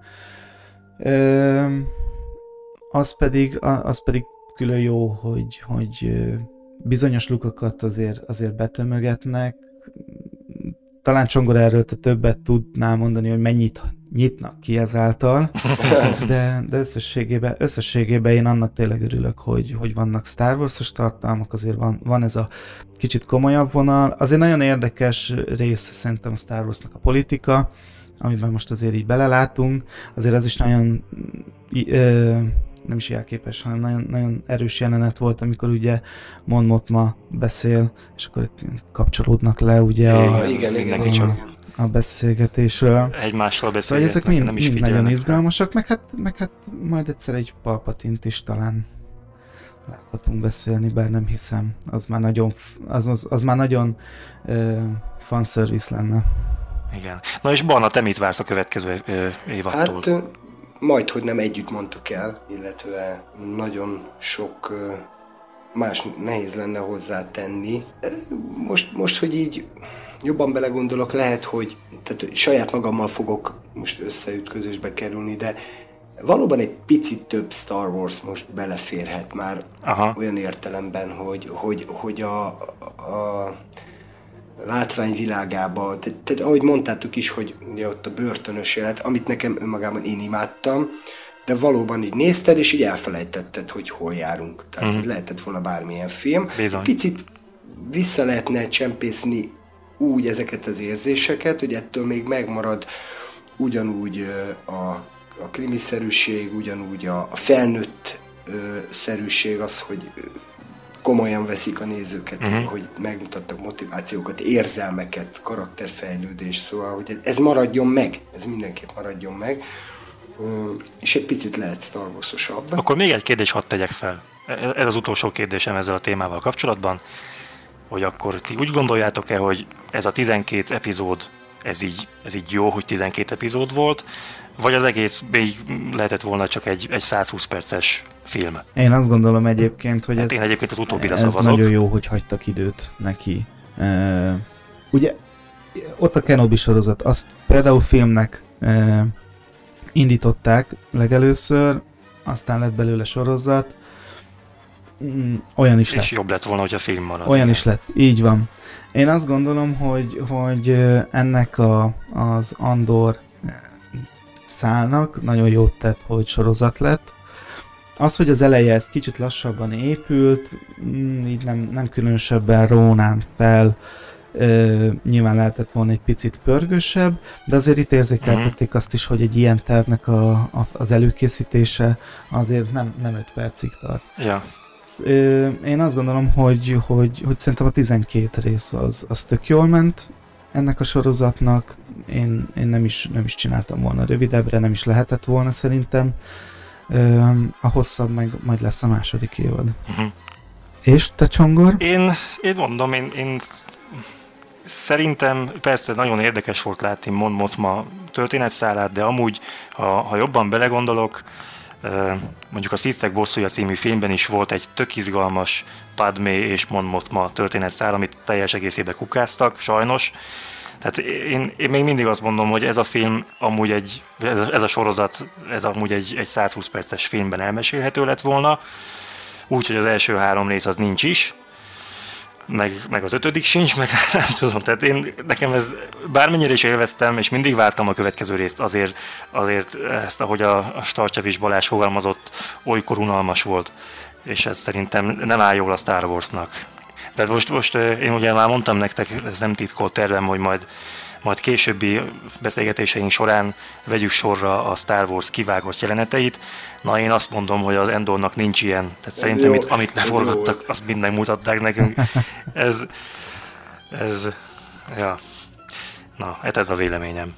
Ö, az pedig, az pedig külön jó, hogy, hogy bizonyos lukakat azért, azért betömögetnek. Talán Csongor erről te többet tudnál mondani, hogy mennyit nyitnak ki ezáltal, de, de összességében, összességében én annak tényleg örülök, hogy, hogy vannak Star Wars-os tartalmak, azért van, van ez a kicsit komolyabb vonal. Azért nagyon érdekes rész szerintem a Star Wars-nak a politika, amiben most azért így belelátunk. Azért az is nagyon... Ö, nem is jelképes, hanem nagyon, nagyon erős jelenet volt, amikor ugye Mon Mothma beszél, és akkor kapcsolódnak le ugye a, igen, igen, a, igen. a beszélgetésről. Egymással beszélgetnek, szóval ezek mind, nem is mind nagyon figyelnek. izgalmasak, meg hát, meg hát majd egyszer egy Palpatint is talán láthatunk beszélni, bár nem hiszem. Az már nagyon, az, az, az már nagyon uh, fanservice lenne. Igen. Na és Barna, te mit vársz a következő uh, évadtól? Hát majd, hogy nem együtt mondtuk el, illetve nagyon sok más nehéz lenne hozzátenni. Most, most, hogy így jobban belegondolok, lehet, hogy tehát saját magammal fogok most összeütközésbe kerülni, de valóban egy picit több Star Wars most beleférhet már. Aha. Olyan értelemben, hogy, hogy, hogy a, a látványvilágába, tehát, tehát ahogy mondtátok is, hogy ugye ott a börtönös jelet, amit nekem önmagában én imádtam, de valóban így nézted, és így elfelejtetted, hogy hol járunk. Tehát mm-hmm. ez lehetett volna bármilyen film. Bizony. Picit vissza lehetne csempészni úgy ezeket az érzéseket, hogy ettől még megmarad ugyanúgy a, a krimiszerűség, ugyanúgy a, a felnőtt szerűség, az, hogy komolyan veszik a nézőket, uh-huh. hogy megmutattak motivációkat, érzelmeket, karakterfejlődés, szóval, hogy ez maradjon meg, ez mindenképp maradjon meg, és egy picit lehet Star Wars-osabb. Akkor még egy kérdés hadd tegyek fel. Ez az utolsó kérdésem ezzel a témával kapcsolatban, hogy akkor ti úgy gondoljátok-e, hogy ez a tizenkét epizód, ez így, ez így jó, hogy tizenkét epizód volt, vagy az egész még lehetett volna csak egy, egy százhúsz perces film? Én azt gondolom egyébként, hogy hát ez, én egyébként az utóbbira ez szavazok. nagyon jó, hogy hagytak időt neki. Uh, ugye ott a Kenobi sorozat, azt például filmnek uh, indították legelőször, aztán lett belőle sorozat, mm, olyan is és lett. És jobb lett volna, hogy a film marad. Olyan is lett, így van. Én azt gondolom, hogy, hogy ennek a, az Andor szálnak nagyon jót tett, hogy sorozat lett. Az, hogy az eleje ez kicsit lassabban épült, így nem, nem különösebben rónám fel, ö, nyilván lehetett volna egy picit pörgősebb, de azért itt érzékeltették uh-huh. azt is, hogy egy ilyen tervnek a, a, az előkészítése azért nem, nem öt percig tart. Ja. Ö, én azt gondolom, hogy, hogy, hogy szerintem a tizenkét rész az, az tök jól ment ennek a sorozatnak. Én, én nem, is, nem is csináltam volna rövidebbre, nem is lehetett volna szerintem. Ö, a hosszabb meg majd lesz a második évad. Uh-huh. És te, Csongor? Én, én mondom, én, én szerintem persze nagyon érdekes volt látni Mon Mothma történetszálát, de amúgy, ha, ha jobban belegondolok, mondjuk a Sithek bosszúja című filmben is volt egy tök izgalmas Padmé és Mon Mothma történetszál, amit teljes egészében kukáztak, sajnos. Tehát én, én még mindig azt mondom, hogy ez a film amúgy egy, ez a, ez a sorozat, ez amúgy egy, egy százhúsz perces filmben elmesélhető lett volna, úgyhogy az első három rész az nincs is, meg, meg az ötödik sincs, meg nem tudom, tehát én, nekem ez bármennyire is élveztem, és mindig vártam a következő részt, azért, azért ezt, ahogy a, a Starcsevics Balázs fogalmazott, olykor unalmas volt, és ez szerintem nem áll jól a Star Warsnak. De most, most én ugye már mondtam nektek, ez nem titkolt tervem, hogy majd, majd későbbi beszélgetéseink során vegyük sorra a Star Wars kivágott jeleneteit. Na, én azt mondom, hogy az Endornak nincs ilyen. Tehát szerintem itt, amit leforgattak, azt mind megmutatták nekünk. Ez, ez, ja. Na, hát ez a véleményem.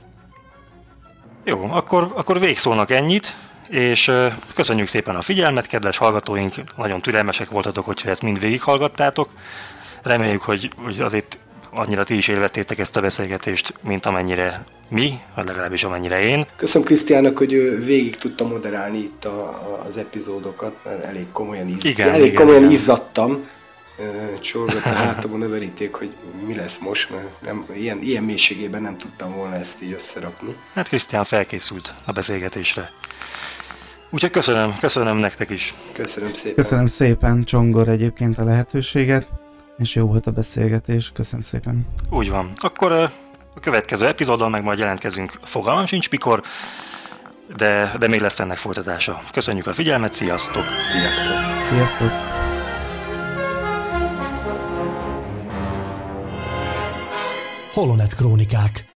Jó, akkor, akkor végszónak ennyit, és köszönjük szépen a figyelmet, kedves hallgatóink, nagyon türelmesek voltatok, hogyha ezt mind végighallgattátok. Reméljük, hogy, hogy azért annyira ti is élveztétek ezt a beszélgetést, mint amennyire mi, vagy legalábbis amennyire én. Köszönöm Krisztiának, hogy ő végig tudta moderálni itt a, a, az epizódokat, mert elég komolyan, izz... igen, elég igen, komolyan igen. izzadtam. Csorgott a hátamon a veríték, hogy mi lesz most, mert nem, ilyen, ilyen mélységében nem tudtam volna ezt így összerakni. Hát Krisztián felkészült a beszélgetésre. Úgyhogy köszönöm, köszönöm nektek is. Köszönöm szépen. Köszönöm szépen, Csongor, egyébként a lehetőséget, és jó volt a beszélgetés. Köszönöm szépen. Úgy van. Akkor a következő epizóddal meg majd jelentkezünk. Fogalmam sincs mikor, de, de még lesz ennek folytatása. Köszönjük a figyelmet, sziasztok! Sziasztok! Sziasztok! Holonet Krónikák.